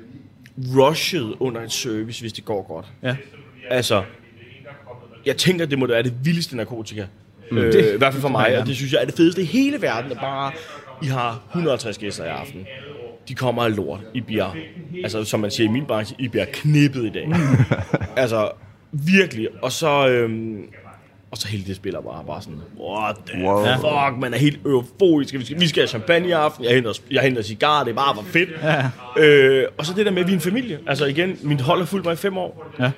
rushet under et service, hvis det går godt. Ja. Altså, jeg tænker, det må være det vildeste narkotika. I hvert fald for mig, og det synes jeg er det fedeste i hele verden. Bare, I har 150 gæster i aften. De kommer af lort. I bliver, altså som man siger i min branche, I bliver knippet i dag. Altså, virkelig. Og så hele det spiller bare sådan, what the fuck, man er helt euforisk. Vi skal have champagne i aften, jeg henter cigar, det er bare for fedt. Ja. Og så det der med, at vi er en familie. Altså igen, mit hold har fulgt mig i 5 år. Ja.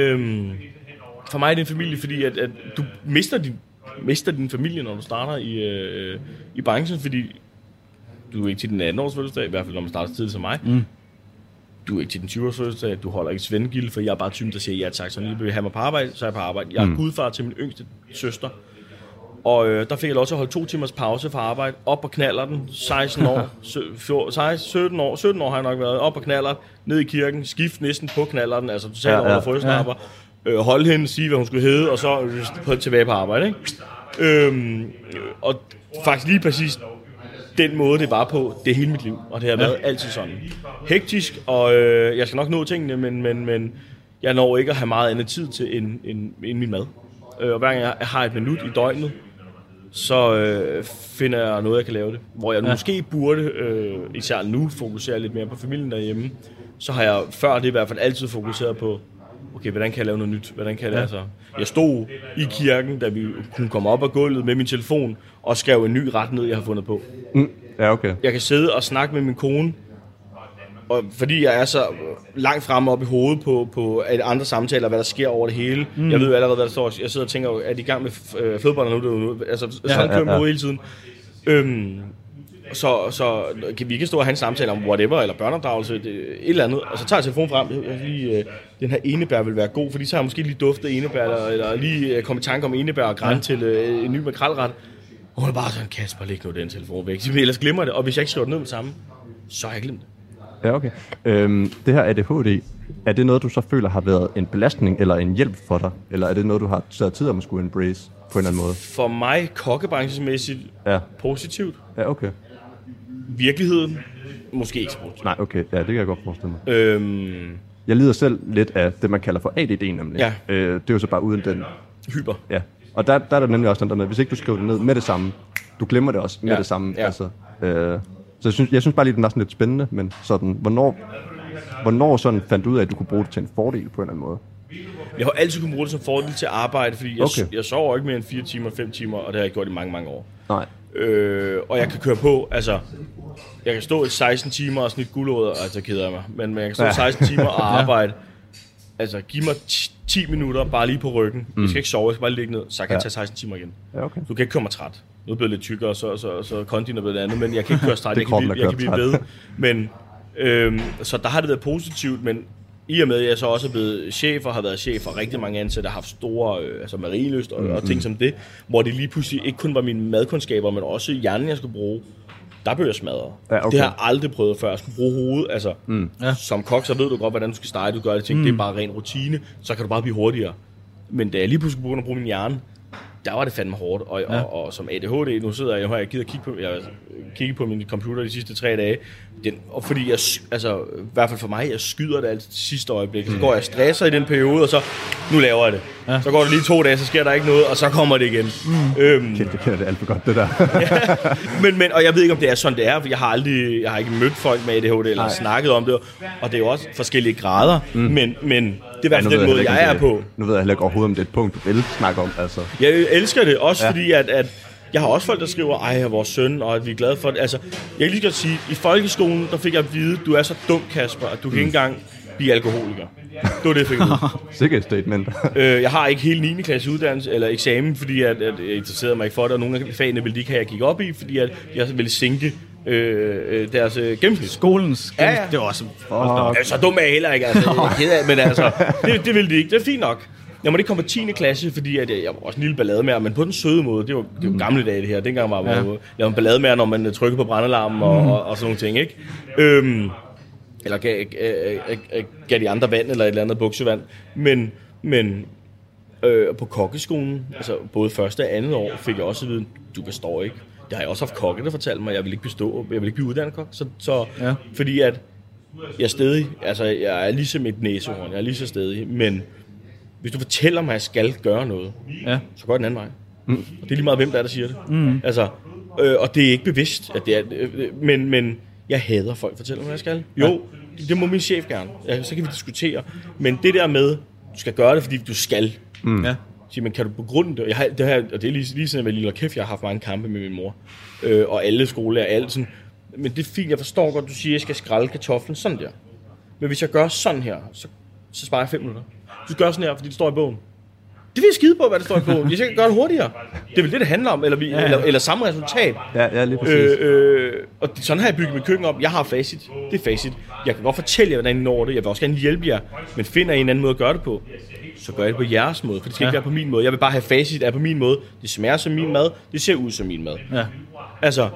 For mig er det en familie, fordi at du mister din familie, når du starter i branchen, fordi du er ikke til din 18-års fødselsdag, i hvert fald når man starter tidligt som mig. Du er ikke til den 20-års fødselsdag, du holder ikke svendegilde, for jeg er bare typen, der siger ja tak, så lige vil have mig på arbejde, så er jeg på arbejde. Jeg er gudfar til min yngste søster, og der fik jeg lov til at holde 2 timers pause fra arbejde, op og knaller den, 16 år, 17 år har jeg nok været, op og knaller, ned i kirken, skift næsten på knaller den, altså totalt over frøsnapper, holde hende, sige hvad hun skulle hedde, og så tilbage på arbejde, ikke? Og faktisk lige præcis den måde, det var på, det er hele mit liv, og det har været altid sådan. Hektisk, og jeg skal nok nå tingene, men jeg når ikke at have meget andet tid til end min mad. Og hver gang jeg har et minut i døgnet, så finder jeg noget, jeg kan lave det. Hvor jeg måske burde, især nu, fokusere lidt mere på familien derhjemme. Så har jeg før det i hvert fald altid fokuseret på, okay, hvordan kan jeg lave noget nyt? Hvordan kan jeg lave altså? Jeg stod i kirken, da vi kunne komme op af gulvet med min telefon, og skrev en ny ret ned, jeg har fundet på. Ja, okay. Jeg kan sidde og snakke med min kone, og fordi jeg er så langt fremme op i hovedet på andre samtaler, hvad der sker over det hele. Jeg ved jo allerede, hvad der står. Jeg sidder og tænker, er de i gang med fodbold nu? Altså, sådan kører man hele tiden. Så vi kan stå og have en samtale om whatever, eller børneopdragelse, et eller andet, og så tager jeg telefonen frem, den her enebær vil være god, fordi så har jeg måske lige duftet enebær, eller lige kommet i tanke om enebær og græn til en ny makrelret. Og hun er bare sådan, Kasper, læg nu den telefon væk, ellers glemmer det, og hvis jeg ikke skriver det ned med samme, så har jeg glemt det. Ja, okay. Det her ADHD, er det noget, du så føler har været en belastning eller en hjælp for dig? Eller er det noget, du har taget tid om at skulle embrace på en eller anden måde? For mig, kokkebranchemæssigt, positivt. Ja, okay. Virkeligheden, måske ikke så positivt. Nej, okay. Ja, det kan jeg godt forestille mig. Jeg lider selv lidt af det, man kalder for ADD nemlig. Ja. Det er jo så bare uden den... Hyper. Ja. Og der er der nemlig også den der med, hvis ikke du skriver det ned med det samme, du glemmer det også med det samme. Ja. Altså, så jeg synes bare lige, den er sådan lidt spændende, men sådan, hvornår sådan fandt du ud af, at du kunne bruge det til en fordel på en eller anden måde? Jeg har altid kunnet bruge det som fordel til at arbejde, fordi jeg sover ikke mere end 4 timer, 5 timer, og det har jeg gjort i mange, mange år. Nej. Og jeg kan køre på, altså, jeg kan stå i 16 timer og snitte gulerødder, altså keder jeg mig, men jeg kan stå 16 timer og arbejde. Altså, giv mig 10 minutter bare lige på ryggen. Jeg skal ikke sove, jeg skal bare ligge ned, så kan jeg tage 16 timer igen. Ja, okay. Du kan ikke køre mig træt. Nu er blevet lidt tykkere, så kondien er blevet andet, men jeg kan ikke køre træt, jeg kan blive ved. Men, så der har det været positivt, men i og med, at jeg så også er blevet chef og har været chef for rigtig mange ansatte, der har haft store marinelyst og ting som det, hvor det lige pludselig ikke kun var mine madkundskaber, men også hjernen, jeg skulle bruge. Der blev jeg smadret. Ja, okay. Det har jeg aldrig prøvet før. Jeg skulle bruge hovedet. Altså, som kok, så ved du godt, hvordan du skal stege. Du gør det ting. Det er bare ren rutine. Så kan du bare blive hurtigere. Men da jeg lige pludselig begyndte at bruge min hjerne, der var det fandme hårdt. Og som ADHD, nu sidder jeg, jeg gider kigge på min computer de sidste 3 dage. Og fordi jeg, altså, i hvert fald for mig, jeg skyder det altid sidste øjeblik. Så går jeg stresser i den periode, og så, nu laver jeg det. Ja. Så går det lige 2 dage, så sker der ikke noget, og så kommer det igen. Det kender det alt for godt, det der. men, og jeg ved ikke, om det er sådan, det er, for jeg har ikke mødt folk med ADHD, eller snakket om det, og det er jo også forskellige grader, men det er i hvert fald den måde, jeg er på. Nu ved jeg heller ikke overhovedet, om det er et punkt, du vil snakke om. Altså. Jeg elsker det, også fordi, at jeg har også folk, der skriver, ej, vores søn, og at vi er glade for det. Altså, jeg kan lige godt sige, i folkeskolen, der fik jeg at vide, du er så dum, Kasper, at du kan ikke engang blive alkoholiker. Det var det, jeg fik at vide. Sikkert statement. Jeg har ikke hele 9. klasse uddannelse eller eksamen, fordi at jeg interesserede mig ikke for det, og nogle af fagene ville de ikke have, jeg gik op i, fordi at jeg ville sænke deres gennemsnit. Skolens gennemsnit, det var også... Så dum er jeg heller ikke, altså. Men altså, det ville de ikke. Det er fint nok. Jeg måtte ikke komme på 10. klasse, fordi at jeg var også en lille ballademager, men på den søde måde. Det var gamle dage, det her. Dengang var jeg lavede en ballademager, når man trykkede på brandalarmen og sådan nogle ting, ikke? Eller gav de andre vand, eller et eller andet buksevand. Men på kokkeskolen, altså både første og andet år, fik jeg også at vide, du består ikke. Det har jeg også haft kokke, der fortalte mig, at jeg vil ikke bestå, jeg vil ikke blive uddannet kok. Fordi at jeg er stedig, altså jeg er ligesom et næsehorn, jeg er lige så stedig, men hvis du fortæller mig, at jeg skal gøre noget, så går jeg den anden vej. Og det er lige meget, hvem der siger det. Altså, og det er ikke bevidst, at det er, men jeg hader folk fortæller mig, at jeg skal. Jo, det må min chef gerne. Ja, så kan vi diskutere. Men det der med, du skal gøre det, fordi du skal. Sige, men kan du begrunde det? Og det er lige sådan, at jeg lille kæft, jeg har haft mange kampe med min mor. Og alle skoler og alt sådan. Men det er fint, jeg forstår godt, du siger, at jeg skal skrælle kartoflen sådan der. Men hvis jeg gør sådan her, så sparer jeg 5 minutter. Du gør sådan her, fordi det står i bogen. Det vil jeg skide på, hvad der står i bogen. Jeg skal gøre det hurtigere. Det er vel det handler om, eller samme resultat. Ja, lige præcis. Og sådan har jeg bygget mit køkken op. Jeg har facit. Det er facit. Jeg kan godt fortælle jer, hvordan I når det. Jeg vil også gerne hjælpe jer. Men finder I en anden måde at gøre det på, så gør jeg det på jeres måde. For det skal ikke være på min måde. Jeg vil bare have facit af på min måde. Det smager som min mad. Det ser ud som min mad. Ja. Altså,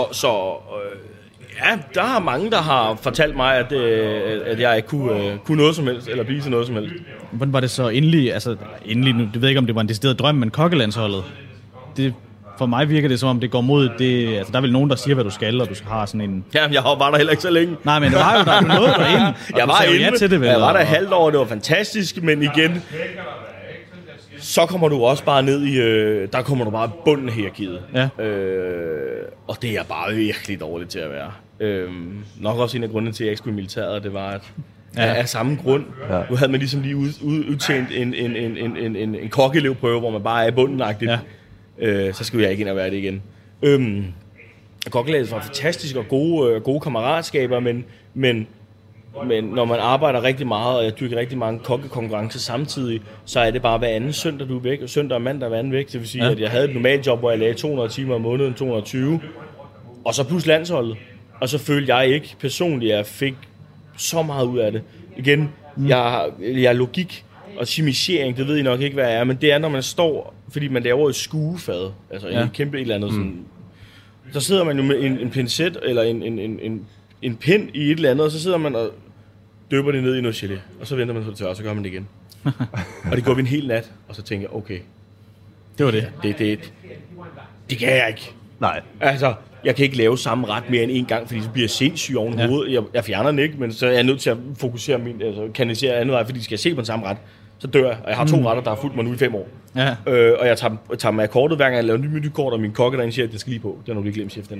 ja, der er mange, der har fortalt mig, at jeg ikke kunne noget som helst, eller blive til noget som helst. Hvordan var det så endelig, nu, du ved ikke, om det var en decideret drøm, men kokkelandsholdet, for mig virker det som om, det går mod det, altså der er vel nogen, der siger, hvad du skal, og du skal have sådan en... Jamen, jeg var der heller ikke så længe. Nej, men der var jo noget derinde. Jeg var inde, ja til det, vel, jeg var der halvt år, det var fantastisk, men igen, så kommer du også bare ned i, der kommer du bare i bunden af hierarkiet. Ja. Og det er bare virkelig dårligt til at være. Nok også en af grundene til, at jeg ikke skulle i militæret, det var, at af samme grund. Ja. Nu havde man ligesom lige udtjent en kokkelevprøve, hvor man bare er i bundenagtigt. Ja. Så skulle jeg ikke ind og være det igen. Kokkelaget var fantastisk og gode kammeratskaber, men når man arbejder rigtig meget, og jeg dyrker rigtig mange kokkekonkurrencer samtidig, så er det bare hver anden søndag, du er væk, og søndag og mandag hver anden væk. Det vil sige, at jeg havde et normalt job, hvor jeg lagde 200 timer om måneden, 220, og så plus landsholdet. Og så følte jeg ikke personligt, at jeg fik så meget ud af det. Igen, jeg logik og chimisering, det ved I nok ikke, hvad jeg er, men det er, når man står, fordi man laver et skuefad, altså en kæmpe et eller andet sådan. Så sidder man jo med en pincet, eller en pind i et eller andet, og så sidder man og døber det ned i noget gelé, og så venter man på det tør, og så gør man det igen. Og det går vi en hel nat, og så tænker jeg, okay, det var det. Det kan jeg ikke. Nej. Altså, jeg kan ikke lave samme ret mere end en gang, fordi så bliver jeg sindssyg oven i hovedet. Jeg fjerner den ikke, men så er jeg nødt til at fokusere kanalisere anden vej, fordi skal jeg se på den samme ret, så dør jeg. Og jeg har 2 retter, der har fulgt mig nu i 5 år. Ja. Og jeg tager med kortet, hver gang jeg laver en ny kort, og min kokke derinde siger, at det skal lige på. Det har nok lige glemt, chef, den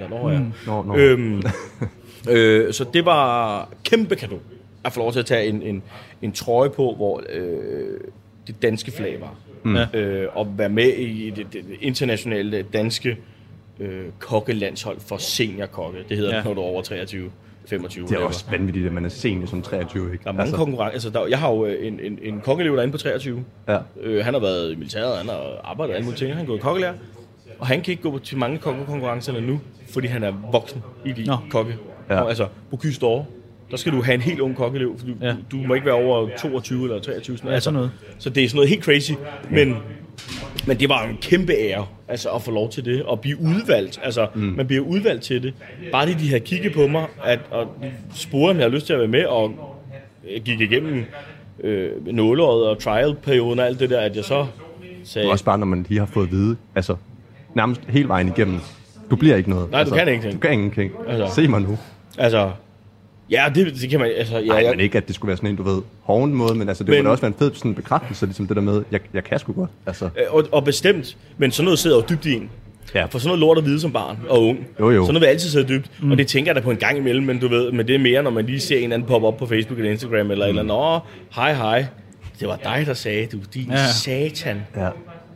der. Så det var kæmpe cadeau at få lov til at tage en trøje på, hvor det danske flag var. Og være med i det internationale danske kokkelandshold for seniorkokke. Det hedder når du er over 23. 25. Det er også vanvittigt, at man er senior som 23, ikke? Der er mange konkurrencer. Altså, jeg har jo en kokkelev derinde på 23. Ja. Han har været i militæret, han har arbejdet alle mulige ting. Han er gået kokkelærer, og han kan ikke gå til mange kokkekonkurrencer nu, fordi han er voksen i de kokke. Ja. Altså, Bocuse d'Or, der skal du have en helt ung kokkelev, for du må ikke være over 22 eller 23. Ja, sådan noget. Så det er sådan noget helt crazy, men det var en kæmpe ære, altså at få lov til det, og blive udvalgt. Altså, man bliver udvalgt til det. Bare de havde kigget på mig, og spurgte, om jeg havde lyst til at være med, og gik igennem nåleåret og trial-perioden og alt det der, at jeg så sagde... Det er også bare, når man lige har fået at vide, altså nærmest hele vejen igennem, du bliver ikke noget. Nej, du kan ingenting. Du kan ingenting. Altså, se mig nu. Altså... Ja, det kan man... Altså, men ikke, at det skulle være sådan en, du ved, hoven måde, men altså, det må da også være en fed sådan bekræftelse, ligesom det der med, jeg kan sgu godt. Altså. Og bestemt, men sådan noget sidder jo dybt i en. Ja. For sådan noget lort at vide som barn og ung. Jo. Sådan noget vil altid sidde dybt, og det tænker jeg da på en gang imellem, men du ved, men det er mere, når man lige ser en eller anden poppe op på Facebook eller Instagram, eller eller andet, hej, det var dig, der sagde, du din satan. Ja.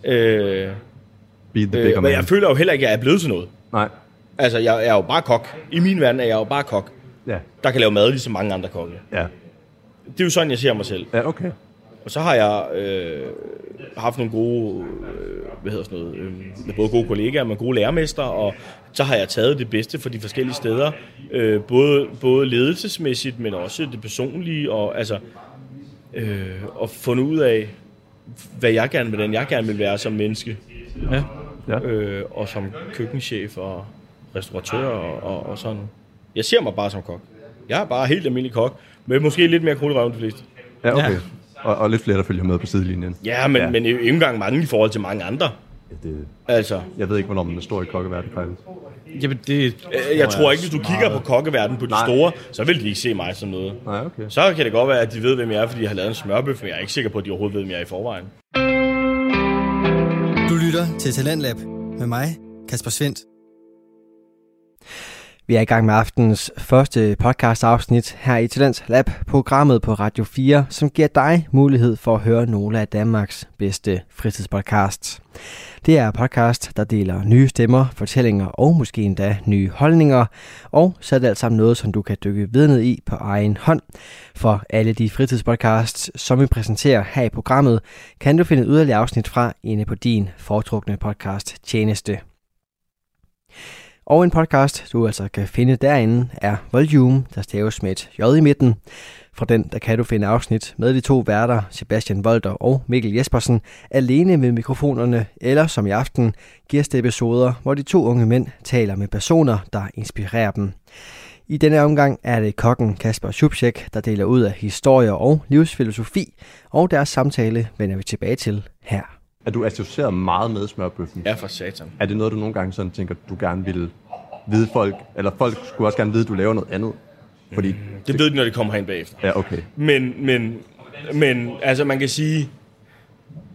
Men jeg føler jo heller ikke, at jeg er blevet til noget. Nej. Altså, jeg er jo bare kok. I min verden er jeg jo bare kok. Ja. Der kan lave mad ligesom mange andre kokke. Ja. Det er jo sådan, jeg ser mig selv. Ja, okay. Og så har jeg haft nogle gode, både gode kollegaer, men gode lærermester, og så har jeg taget det bedste fra de forskellige steder, både ledelsesmæssigt, men også det personlige, og altså og fundet ud af, hvad jeg gerne vil være som menneske. Ja. Og som køkkenchef og restauratør og sådan. Jeg ser mig bare som kok. Jeg er bare helt almindelig kok, men måske lidt mere krudt i røven de fleste. Ja, okay. Og lidt flere, der følger med på sidelinjen. Ja, men ikke engang mange i forhold til mange andre. Ja, altså. Jeg ved ikke, hvornår man er stor i kokkeverdenen, faktisk. Jamen, jeg tror ikke, hvis du kigger på kokkeverdenen på de store, så vil de ikke se mig som noget. Nej, okay. Så kan det godt være, at de ved, hvem jeg er, fordi jeg har lavet en smørbøf, men jeg er ikke sikker på, at de overhovedet ved, hvem jeg er i forvejen. Du lytter til Talentlab med mig, Kasper Svendt. Vi er i gang med aftenens første podcast-afsnit her i Talents Lab, programmet på Radio 4, som giver dig mulighed for at høre nogle af Danmarks bedste fritidspodcasts. Det er podcast, der deler nye stemmer, fortællinger og måske endda nye holdninger, og så er det alt sammen noget, som du kan dykke videre i på egen hånd. For alle de fritidspodcasts, som vi præsenterer her i programmet, kan du finde yderligere afsnit fra inde på din foretrukne podcast-tjeneste. Og en podcast, du altså kan finde derinde, er Volume, der staves med et J i midten. Fra den, der kan du finde afsnit med de 2 værter, Sebastian Volter og Mikkel Jespersen, alene ved mikrofonerne, eller som i aften, gæsteepisoder, hvor de 2 unge mænd taler med personer, der inspirerer dem. I denne omgang er det kokken Kasper Schubschek, der deler ud af historier og livsfilosofi, og deres samtale vender vi tilbage til her. Er du associeret meget med smørbøffen? Ja, for satan. Er det noget, du nogle gange sådan tænker, du gerne vil vide folk, eller folk skulle også gerne vide, at du laver noget andet? Fordi det ved de, når de kommer herind bagefter. Ja, okay. Men altså man kan sige,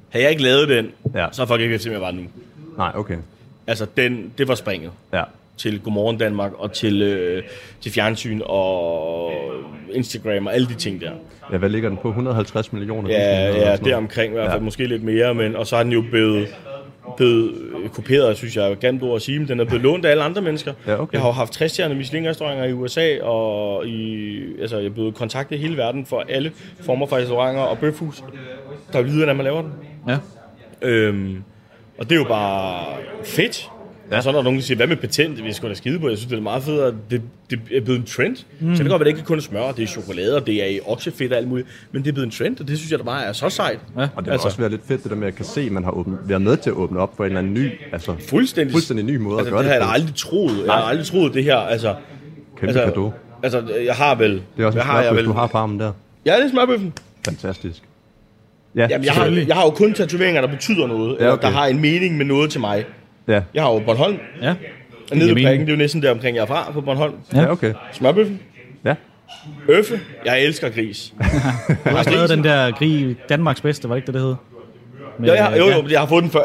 Havde jeg ikke lavet den, Ja. så har folk ikke været til, jeg var nu. Nej, okay. Altså, det var springet. Ja. Til Godmorgen Danmark og til fjernsyn og Instagram og alle de ting der. Ja, hvad ligger den på? 150 millioner? Ja, det er omkring i hvert fald, måske lidt mere, men og så har den jo blevet kopieret, synes jeg er gammelt ord at sige, men den er blevet lånt af alle andre mennesker. Ja, okay. Jeg har jo haft 60-stjernede Michelin-restauranter i USA, og jeg er blevet kontaktet i hele verden for alle former for restauranter og bøfhus, der er jo lyder, når man laver den. Ja. Og det er jo bare fedt. Ja. Og så er der nogen, der siger, hvad med patent? Vi skal da skide på. Jeg synes, det er meget fedt, at det er blevet en trend. Så det kan godt være, det ikke kun er smør, det er chokolade, det er i oksefedt og alt muligt. Men det er blevet en trend, og det synes jeg, der bare er så sejt. Ja. Og det vil også være lidt fedt, det der med, at jeg kan se, at man har været med til at åbne op for en eller anden ny, fuldstændig ny måde at gøre det. Det har jeg aldrig troet. Jeg har aldrig troet det her. Kæmpe cadeau. Jeg har vel... Det er også en smørbøf, du har på armen der. Ja, det er smørbøffen. Fantastisk. Ja, jamen, jeg har jo kun tatoveringer, der betyder noget. Ja, okay. Der har en mening med noget til mig. Ja. Jeg har jo Bornholm. Ja. Og nede ved prikken, det er jo næsten der omkring, jeg er fra på Bornholm. Ja, okay. Smørbøffen. Ja. Øffe. Jeg elsker gris. Du har lavet den der Danmarks bedste, var det ikke det hed? Jo, jeg har fået den før.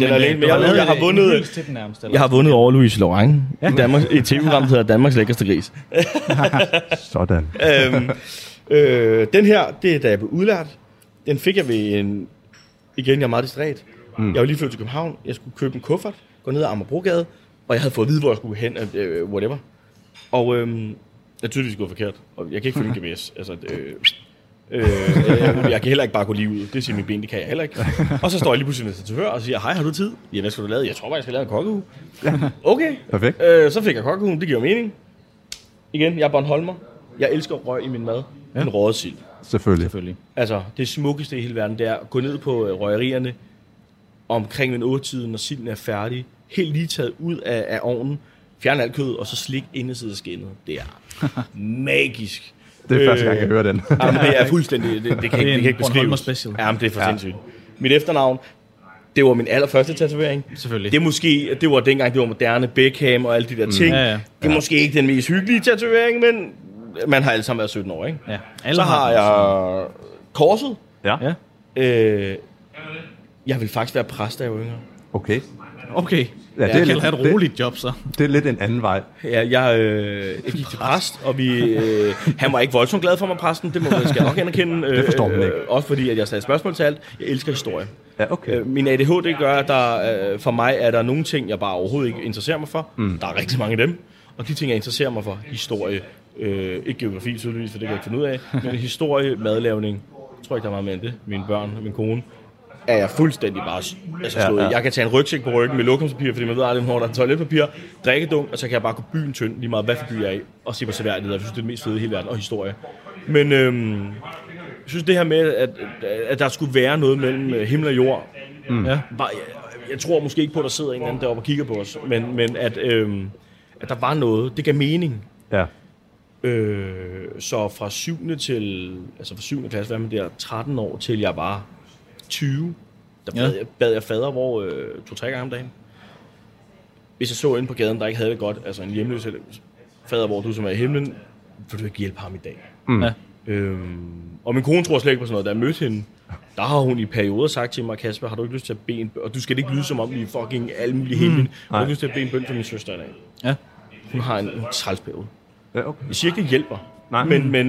Jeg har vundet over Louise Lorraine. Et tv-program, der hedder Danmarks lækkerste gris. Sådan. Den her, det er da jeg blev udlært. Den fik jeg ved igen, jeg er meget distræt. Jeg var lige flyttet til København. Jeg skulle købe en kuffert, gå ned ad Amagerbrogade, og jeg havde fået at vide, hvor jeg skulle hen, whatever. Og jeg tydeligvis gået forkert, og jeg kan ikke følge en GPS. Altså, jeg kan heller ikke bare gå lige ud. Det siger mine ben, det kan jeg heller ikke. Og så står jeg lige pludselig med tatovør og siger, hej, har du tid? Ja, hvad skal du lave? Jeg tror bare, jeg skal lave en kokkehue. Okay. Perfekt. Så fik jeg kokkehuen, det giver mening. Igen, jeg er Bornholmer. Jeg elsker røg i min mad. Ja. En røget sild. Selvfølgelig. Altså, det smukkeste i hele verden, det er at gå ned på røgerierne omkring en 8-tiden, når silden er færdig. Helt lige taget ud af ovnen. Fjerne alt kød, og så slik indersiden af skinnet. Det er magisk. Det er første gang, jeg hører den. Jamen, det er fuldstændig... Det kan ikke beskrives. Jamen, det er for sindssygt. Mit efternavn, det var min allerførste tatovering. Selvfølgelig. Det var dengang, det var moderne, Beckham og alle de der ting. Ja. Det er måske ikke den mest hyggelige tatovering, men man har alle sammen været 17 år, ikke? Ja. Så har jeg korset. Ja. Jeg vil faktisk være præst, da jeg var yngre. Okay. Ja, det kan have et roligt job, så. Det er lidt en anden vej. Ja, jeg gik til præst, og han var ikke voldsomt glad for mig, præsten. Det skal jeg nok anerkende. Det forstår man ikke. Også fordi, at jeg stiller spørgsmål til alt. Jeg elsker historie. Ja, okay. Min ADHD gør, at for mig er der nogle ting, jeg bare overhovedet ikke interesserer mig for. Der er rigtig mange af dem. Og de ting, jeg interesserer mig for, historie, ikke geografi tydeligvis, for det kan jeg ikke finde ud af, men historie, madlavning, jeg tror ikke, der er meget mere end det. Mine børn og min kone er jeg fuldstændig bare slået. Jeg kan tage en rygsæk på ryggen med lokumspapir, fordi man ved aldrig, hvor der er toiletpapir, drikkedunk, og så kan jeg bare gå byen tynd, lige meget hvad for by jeg er i, og se på serværdigheder. Jeg synes, det er det mest fede i hele verden, og historie. Men jeg synes det her med, at der skulle være noget mellem himmel og jord, jeg tror måske ikke på, at der sidder en eller anden deroppe og kigger på os, men at der var noget, det gav mening. Ja. Så fra 7. til, altså fra 7. klasse, hvad man der, 13 år til jeg var 20, der bad jeg fader, hvor 2-3 gange om dagen. Hvis jeg så ind på gaden, der ikke havde det godt, altså en hjemløs fader, hvor du som er i himlen, vil du ikke hjælpe ham i dag. Og min kone tror slet ikke på sådan noget, da jeg mødte hende, der har hun i perioder sagt til mig, Kasper, har du ikke lyst til at bede en bøn? Og du skal ikke lyde som om, vi er fucking alle mulige himlen. Har du ikke lyst til at bede en bøn for min søster i dag? Ja. Hun har en trælsperiode. Ja, okay. Jeg siger ikke, det hjælper. Nej.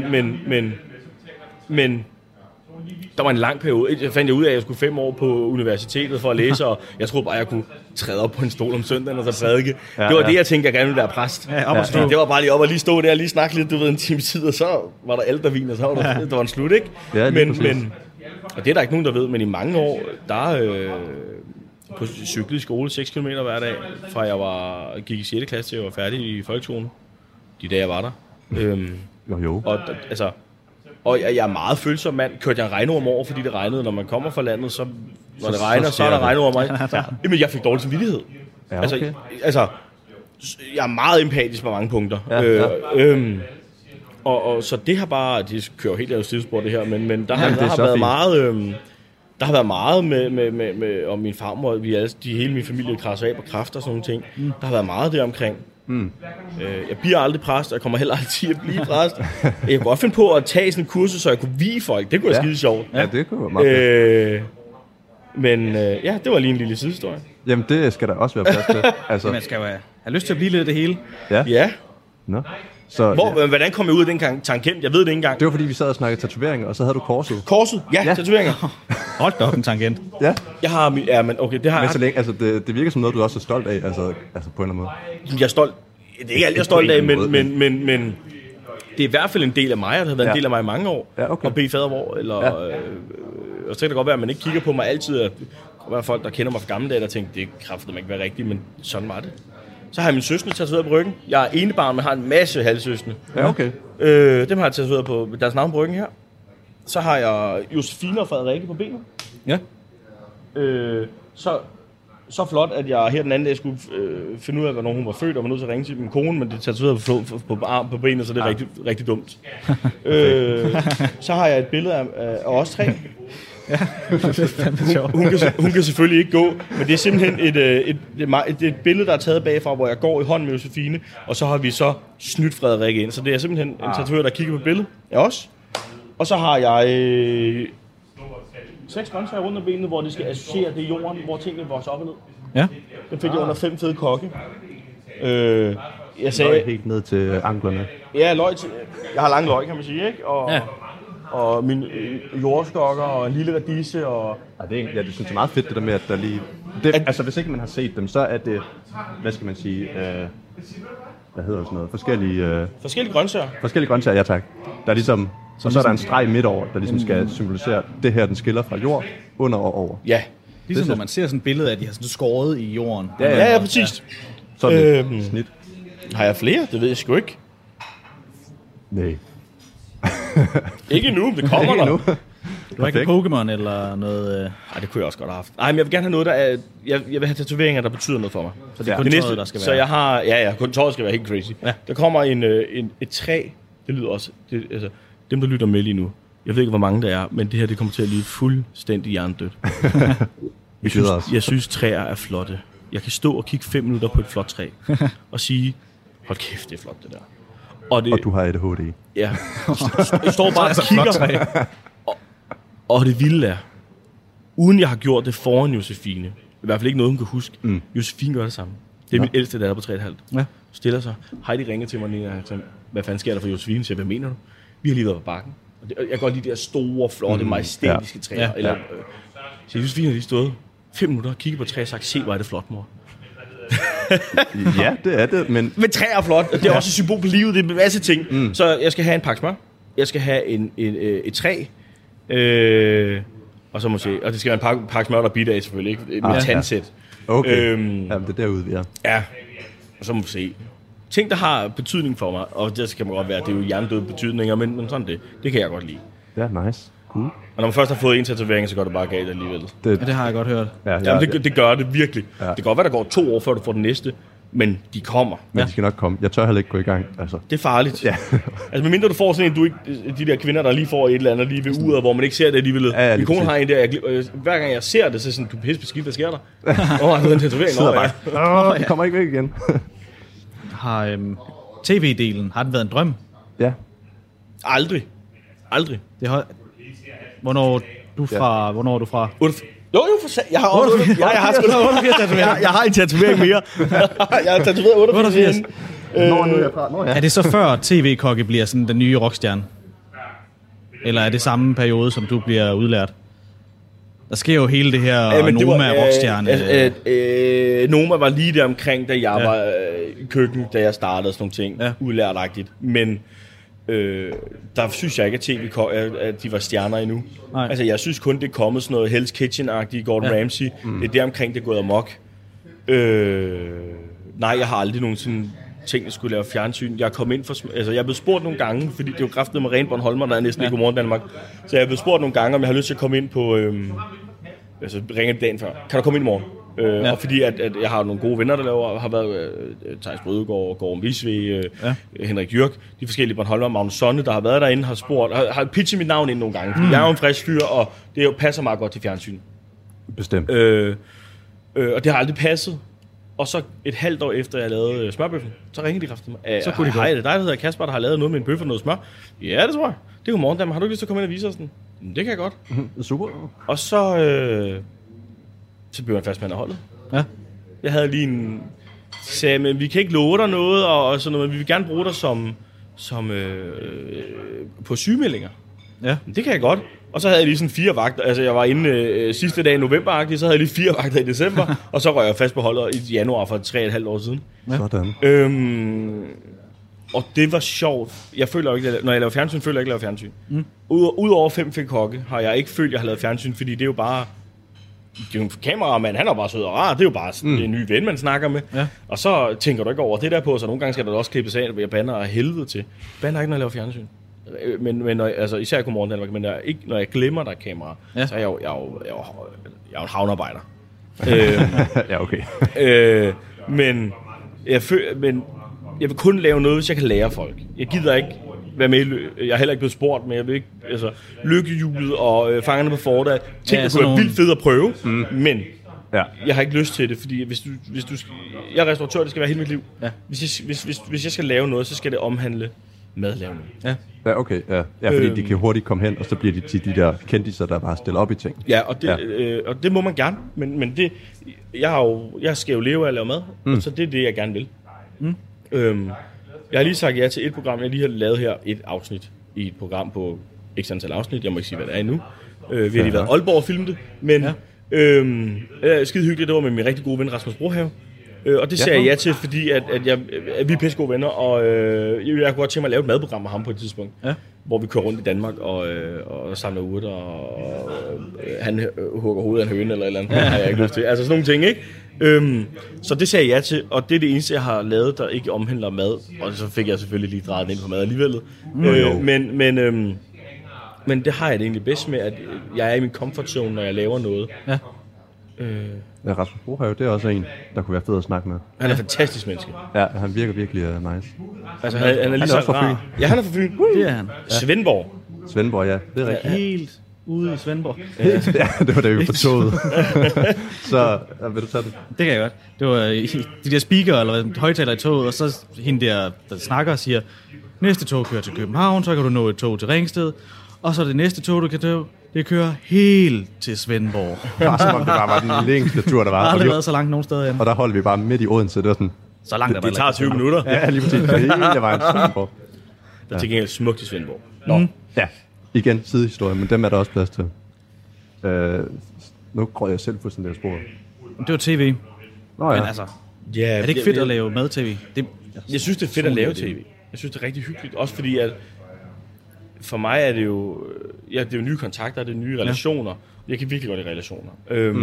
Men der var en lang periode. Jeg fandt ud af, at jeg skulle 5 år på universitetet for at læse, og jeg troede bare, at jeg kunne træde op på en stol om søndagen og så prædike. Det var det, jeg tænkte, jeg gerne ville være præst. Det var bare lige op og lige stå der og lige snakke lidt, du ved, en time tid, og så var der aldervin, og så var der var en slut, ikke? Ja, men og det er der ikke nogen, der ved, men i mange år, der på cyklede i skole 6 km hver dag, fra jeg gik i 6. klasse til jeg var færdig i folkeskolen. De dage, jeg var der. Jo. Og jeg er meget følsom mand. Kørte jeg en regnorm over, fordi det regnede. Når man kommer fra landet, så når det regner, så er der regnorm mig. Jamen, jeg fik dårlig samvittighed. Ja, okay. Altså, jeg er meget empatisk på mange punkter. Og så det har bare, det kører helt af stilspor det her, men der har været meget... Der har været meget med og min farmor, hele min familie krasser af på kræfter og sådan nogle ting. Der har været meget der omkring. Jeg bliver aldrig præst, og jeg kommer heller aldrig til at blive præst. Jeg kunne godt finde på at tage sådan en kursus, så jeg kunne vie folk. Det kunne være skide sjovt. Ja, det kunne være meget Men ja, det var lige en lille sidehistorie. Jamen, det skal der også være plads til. Altså, Man skal jo have lyst til at blive lidt af det hele. Ja. Nå. Så, Hvordan kom jeg ud af den tangent? Jeg ved det ikke engang. det var fordi, vi sad og snakkede tatoveringer, og så havde du korset. Korset? Ja, tatoveringer. Hold da op en tangent. Ja. Jeg har... Ja, men okay, det har Men jeg. så længe, altså, det virker som noget, du også er stolt af, altså på en eller anden måde. Jeg er stolt. Det er ikke alt, jeg er stolt af, men det er i hvert fald en del af mig, og det har været en del af mig i mange år. Ja, okay. At bede fadervor, eller... og så kan det godt være, at man ikke kigger på mig altid, at der er folk, der kender mig fra gamle dage, der tænker, det kræfter mig ikke være rigtigt, men sådan var det. Så har jeg min søskende tatoveret på ryggen. Jeg er enebarn, men har en masse halvsøskende. Ja, okay. Dem har jeg tatoveret på deres navn på ryggen her. Så har jeg Josefine og Frederikke på benet. Ja. Så flot, at jeg her den anden dag skulle finde ud af, hvornår hun var født, og var nødt til at ringe til min kone, men det er tatoveret på benet, så det er rigtig, rigtig dumt. Så har jeg et billede af os tre. Hun kan selvfølgelig ikke gå, men det er simpelthen et billede, der er taget bagfra, hvor jeg går i hånden med Josefine, og så har vi så snydt Frederikke ind. Så det er simpelthen en tatovør, der kigger på billedet af os. Og så har jeg 6 grøntsager rundt om benet, hvor det skal associere det jorden, hvor tingene vokser op og ned. Ja. Den fik jeg under 5 fede kokke. Jeg sagde... Løg helt ned til anklerne. Ja, løg til... Jeg har lang løg, kan man sige, ikke? Og min jordskokker og en lille radise og... Det synes jeg er meget fedt, det der med, at der lige... Altså, hvis ikke man har set dem, så er det... Hvad skal man sige? Hvad hedder sådan noget? Forskellige grøntsager. Forskellige grøntsager, ja tak. Der er ligesom... Og så er der en streg midt over, der ligesom skal symbolisere, det her, den skiller fra jord, under og over. Ja. Ligesom når man ser sådan et billede af, at de har sådan skåret i jorden. Ja, præcis. Så er det snit. Har jeg flere? Det ved jeg sgu ikke. Nej. Ikke endnu, det kommer der. Du har ikke en Pokémon eller noget... Nej, det kunne jeg også godt have haft. Nej, men jeg vil gerne have noget, der er... Jeg vil have tatoveringer, der betyder noget for mig. Så det er kun tøjet, der skal være... Så jeg har... Ja, kun tøjet skal være helt crazy. Ja. Der kommer et træ. Det lyder også... Altså, dem, der lytter med lige nu. Jeg ved ikke, hvor mange der er, men det her, det kommer til at lyde fuldstændig hjernedødt. Jeg synes, træer er flotte. Jeg kan stå og kigge 5 minutter på et flot træ. Og sige, hold kæft, det er flot, det der. Og du har ADHD. Ja. Jeg står bare og kigger. Og det vilde er, uden jeg har gjort det foran Josefine, i hvert fald ikke noget, hun kan huske, Josefine gør det samme. Det er min ældste datter på 3,5. Ja. Stiller sig. Heidi ringer til mig, og jeg tænker, hvad fanden sker der for Josefine? Så hvad mener du? Vi har lige været på bakken. Og jeg kan godt lide de der store, flotte, majestætiske træer. Ja. Eller, så Josefine har lige stået 5 minutter og kigget på træer og sagt, se, hvor er det flot, mor. Ja, det er det, men træer er flot. Det er også et symbol på livet. Det er en masse ting. Så jeg skal have en pakke smør. Jeg skal have et træ. Og så må se. Og det skal være en pakke smør, der bitter af selvfølgelig. Ikke? Med tandsæt. Okay. Jamen, det er derude, vi er. Ja. Og så må vi se. Ting, der har betydning for mig, og det skal man godt være, det er jo hjernedøde betydninger, men sådan det kan jeg godt lide. Ja, nice. Cool. Og når man først har fået en tatovering, så går det bare galt alligevel. Det har jeg godt hørt. Jamen, det gør det virkelig. Ja. Det kan godt være, der går 2 år, før du får den næste, men de kommer. Men de skal nok komme. Jeg tør heller ikke gå i gang. Altså. Det er farligt. Ja. Altså, medmindre du får sådan en, de der kvinder, der lige får et eller andet lige ved uret, hvor man ikke ser det alligevel. Ja, min kone har en der, hver gang jeg ser det, så er sådan, du er pisse beskidt, hvad sker der? Jeg har fået en tatovering. Det kommer ikke væk igen. Har tv-delen, har den været en drøm? Ja. Aldrig. Hvornår er du fra? Jo, jeg har også 88. Jeg har en tatovering mere. Jeg har tatoveret 88. Er det så før tv-kokke bliver sådan den nye rockstjerne? Eller er det samme periode, som du bliver udlært? Der sker jo hele det her Noma-rockstjerne. Noma var lige der omkring, da jeg var i køkken, da jeg startede sådan nogle ting. Ja. Udlært-agtigt. Men der synes jeg ikke, at de var stjerner endnu. Nej. Altså, jeg synes kun, det er kommet sådan noget Hell's Kitchen-agtigt, Gordon Ramsay. Det er der omkring, det er gået amok. Nej, jeg har aldrig nogensinde tænkt, at jeg skulle lave fjernsyn. Jeg kom ind for... Altså, jeg er blevet spurgt nogle gange, fordi det er jo kraftigt med Ren Bornholmer, der er næsten ikke Godmorgen Danmark. Så jeg er blevet spurgt nogle gange, om jeg har lyst til at komme ind på... altså, ringe dagen før. Kan du komme ind i morgen? Og fordi at jeg har nogle gode venner, der har været Thijs Brødegaard, Gorm Visve, Henrik Jørg, de forskellige Bornholmer, Magnus Sonne, der har været derinde, har spurgt, har pitchet mit navn ind nogle gange. Jeg er jo en frisk fyr, og det jo passer meget godt til fjernsyn. Bestemt. Og det har aldrig passet. Og så et halvt år efter, jeg lavede smørbøffen, så ringede de kraftigt mig. Så kunne de hej, det er dig, der hedder Kasper, der har lavet noget med en bøf og noget smør. Ja, det tror jeg. Det er godmorgen, Danmark. Har du ikke lyst til at komme ind og vise os den? Det kan jeg godt. Super. Og så så blev han fastmand af holdet. Ja. Jeg havde lige en... sagde, men vi kan ikke love dig noget, og sådan noget, men vi vil gerne bruge dig som på sygemeldinger. Ja. Det kan jeg godt. Og så havde jeg lige sådan 4 vagter. Altså, jeg var inde sidste dag i november, så havde jeg lige 4 vagter i december, og så røg jeg fast på holdet i januar for 3,5 år siden. Ja. Sådan. Og det var sjovt. Jeg føler ikke, når jeg laver fjernsyn, føler jeg ikke, at jeg laver fjernsyn. Udover 5 fik kokke, har jeg ikke følt, at jeg har lavet fjernsyn, fordi det er jo bare... Det er jo en kameramand, han er bare sød og rar. Det er jo bare en ny ven, man snakker med. Ja. Og så tænker du ikke over det der på, så nogle gange skal der også klippes af, hvor jeg bander af helvede til. Bander ikke, når jeg laver fjernsyn. Men når, altså, især i Godmorgen Danmark, men når jeg glemmer, der er kamera, så er jeg jo en havnearbejder. Ja, okay. Men jeg vil kun lave noget, hvis jeg kan lære folk. Jeg gider ikke være med. Jeg er heller ikke blevet spurgt, men jeg vil ikke... Altså, lykkehjulet og fangerne på fortet. Ting, der kunne være vildt fedt at prøve, men jeg har ikke lyst til det, fordi hvis du jeg er restauratør, det skal være hele mit liv. Ja. Hvis jeg skal lave noget, så skal det omhandle madlavning. Ja, okay. Ja, fordi de kan hurtigt komme hen, og så bliver de til de der kendiser, der bare stiller op i ting. Ja, og det må man gerne, men det... Jeg skal jo leve af at lave mad, så det er det, jeg gerne vil. Jeg har lige sagt ja til et program, jeg lige har lavet her, et afsnit i et program på x antal afsnit. Jeg må ikke sige, hvad det er endnu. Vi har lige været Aalborg og filmet det, men skide hyggeligt, det var med min rigtig gode ven Rasmus Brohave. Og det sagde jeg ja til, fordi at vi er pisse gode venner, og jeg kunne godt tænke mig at lave et madprogram med ham på et tidspunkt, hvor vi kører rundt i Danmark og samler urter, og han hugger hovedet af en høne eller et eller andet. Det har jeg ikke lyst til. Altså sådan nogle ting, ikke? Så det sagde jeg ja til, og det er det eneste, jeg har lavet, der ikke omhandler mad. Og så fik jeg selvfølgelig lige drejet den ind på mad alligevel. Men det har jeg det egentlig bedst med, at jeg er i min comfort zone, når jeg laver noget. Ja. Rasmus Brohave, det er også en, der kunne være fed at snakke med. Han er et fantastisk menneske. Ja, han virker virkelig nice. Altså, han er lige så fra Fyn. Ja, han er fra Fyn. Det er han. Ja. Svendborg, ja. Det er rigtigt. Helt ude i Svendborg. Ja, det var da vi på toget. Så vil du tage det? Det kan jeg godt. Det var de der speaker eller højtaler i toget, og så hende der snakker og siger, næste tog kører til København, så kan du nå et tog til Ringsted, og så det næste tog, du kan tage, det kører helt til Svendborg. Som om det bare var den længste tur, der var. Der har aldrig været så langt nogen steder igen. Og der holdt vi bare midt i Odense. Det var sådan... Så langt der det tager 20 minutter. Ja, lige præcis. Det var en Svendborg. Der er til gengæld smukt i Svendborg. Ja, igen sidehistorie, men dem er der også plads til. Nu går jeg selv fuldstændig af sporet. Det var tv. Nå ja. Men altså, er det ikke fedt at lave mad-tv? Jeg synes, det er fedt at lave tv. Jeg synes, det er rigtig hyggeligt. Også fordi, at for mig er det jo... Ja, det er jo nye kontakter, det er nye relationer. Jeg kan virkelig godt lide relationer.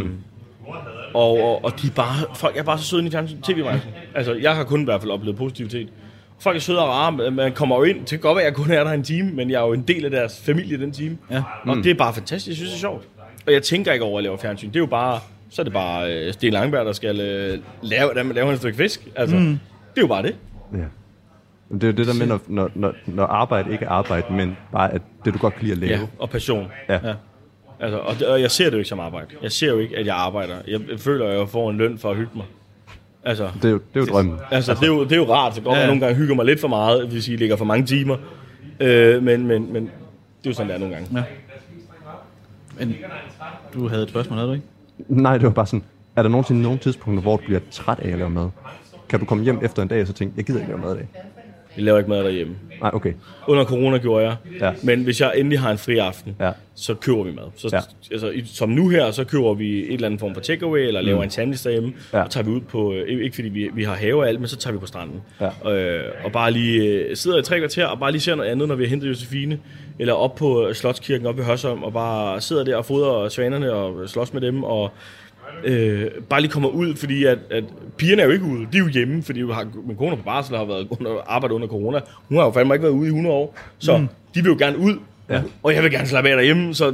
Og de er bare... Folk er bare så søde i tv-branchen. Altså, jeg har kun i hvert fald oplevet positivitet. Folk er søde og rare. Man kommer jo ind. Det kan godt være, at jeg kun er der en time, men jeg er jo en del af deres familie den time. Ja. Og det er bare fantastisk. Jeg synes, det er sjovt. Og jeg tænker ikke over at lave fjernsyn. Det er jo bare... Så er det bare Sten Langberg, der skal lave et stykke fisk. Altså, det er jo bare det. Ja. Det er jo det der med, når arbejde ikke er arbejde, men bare at det, du godt kan lide at lave. Ja, og passion. Ja. Altså, og jeg ser det jo ikke som arbejde. Jeg ser jo ikke, at jeg arbejder. Jeg føler, at jeg får en løn for at hygge mig. Altså, det er jo drømmen. Altså, det er jo rart. Så godt, at nogle gange hygger mig lidt for meget, det vil sige, at jeg ligger for mange timer. Men det er jo sådan, det er nogle gange. Ja. Men du havde et spørgsmål, havde du ikke? Nej, det var bare sådan, er der nogensinde nogle tidspunkter, hvor du bliver træt af at lave mad? Kan du komme hjem efter en dag og så tænke, jeg gider ikke lave mad i dag? Jeg laver ikke mad derhjemme. Nej, okay. Under corona gjorde jeg. Ja. Men hvis jeg endelig har en fri aften, så køber vi mad. Så, altså, som nu her, så køber vi et eller andet form for takeaway, eller laver en sandwich derhjemme, og tager vi ud på, ikke fordi vi har have og alt, men så tager vi på stranden. Ja. Og bare lige sidder i 3 kvarter, og bare lige ser noget andet, når vi har hentet Josefine, eller op på Slotskirken op ved Hørsholm, og bare sidder der og fodrer svanerne og slås med dem, og bare lige kommer ud, fordi at pigerne er jo ikke ude, de er jo hjemme, fordi min kone på barsel har været arbejdet under corona. Hun har jo fandme ikke været ude i 100 år, så de vil jo gerne ud, og jeg vil gerne slappe af derhjemme, så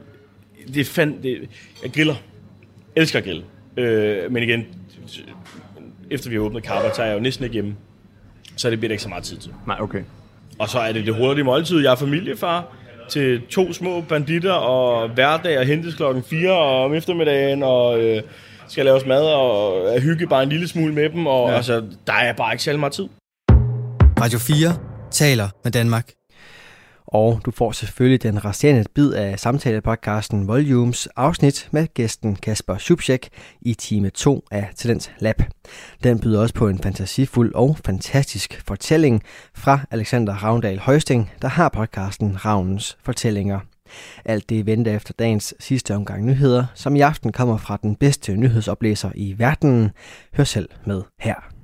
jeg griller. Elsker at grille. Men igen, efter vi har åbnet Carver, så er jeg jo næsten ikke hjemme, så det bliver ikke så meget tid til. Nej, okay. Og så er det hurtige måltid. Jeg er familiefar til 2 små banditter, og hverdag og hentes 4:00 om eftermiddagen, og skal laves mad og hygge bare en lille smule med dem, og altså, der er bare ikke særlig meget tid. Radio 4 taler med Danmark. Og du får selvfølgelig den resterende bid af samtalepodcasten Volumes afsnit med gæsten Kasper Subsek i time 2 af Talent Lab. Den byder også på en fantasifuld og fantastisk fortælling fra Alexander Ravndal Højsting, der har podcasten Ravnens Fortællinger. Alt det venter efter dagens sidste omgang nyheder, som i aften kommer fra den bedste nyhedsoplæser i verden. Hør selv med her.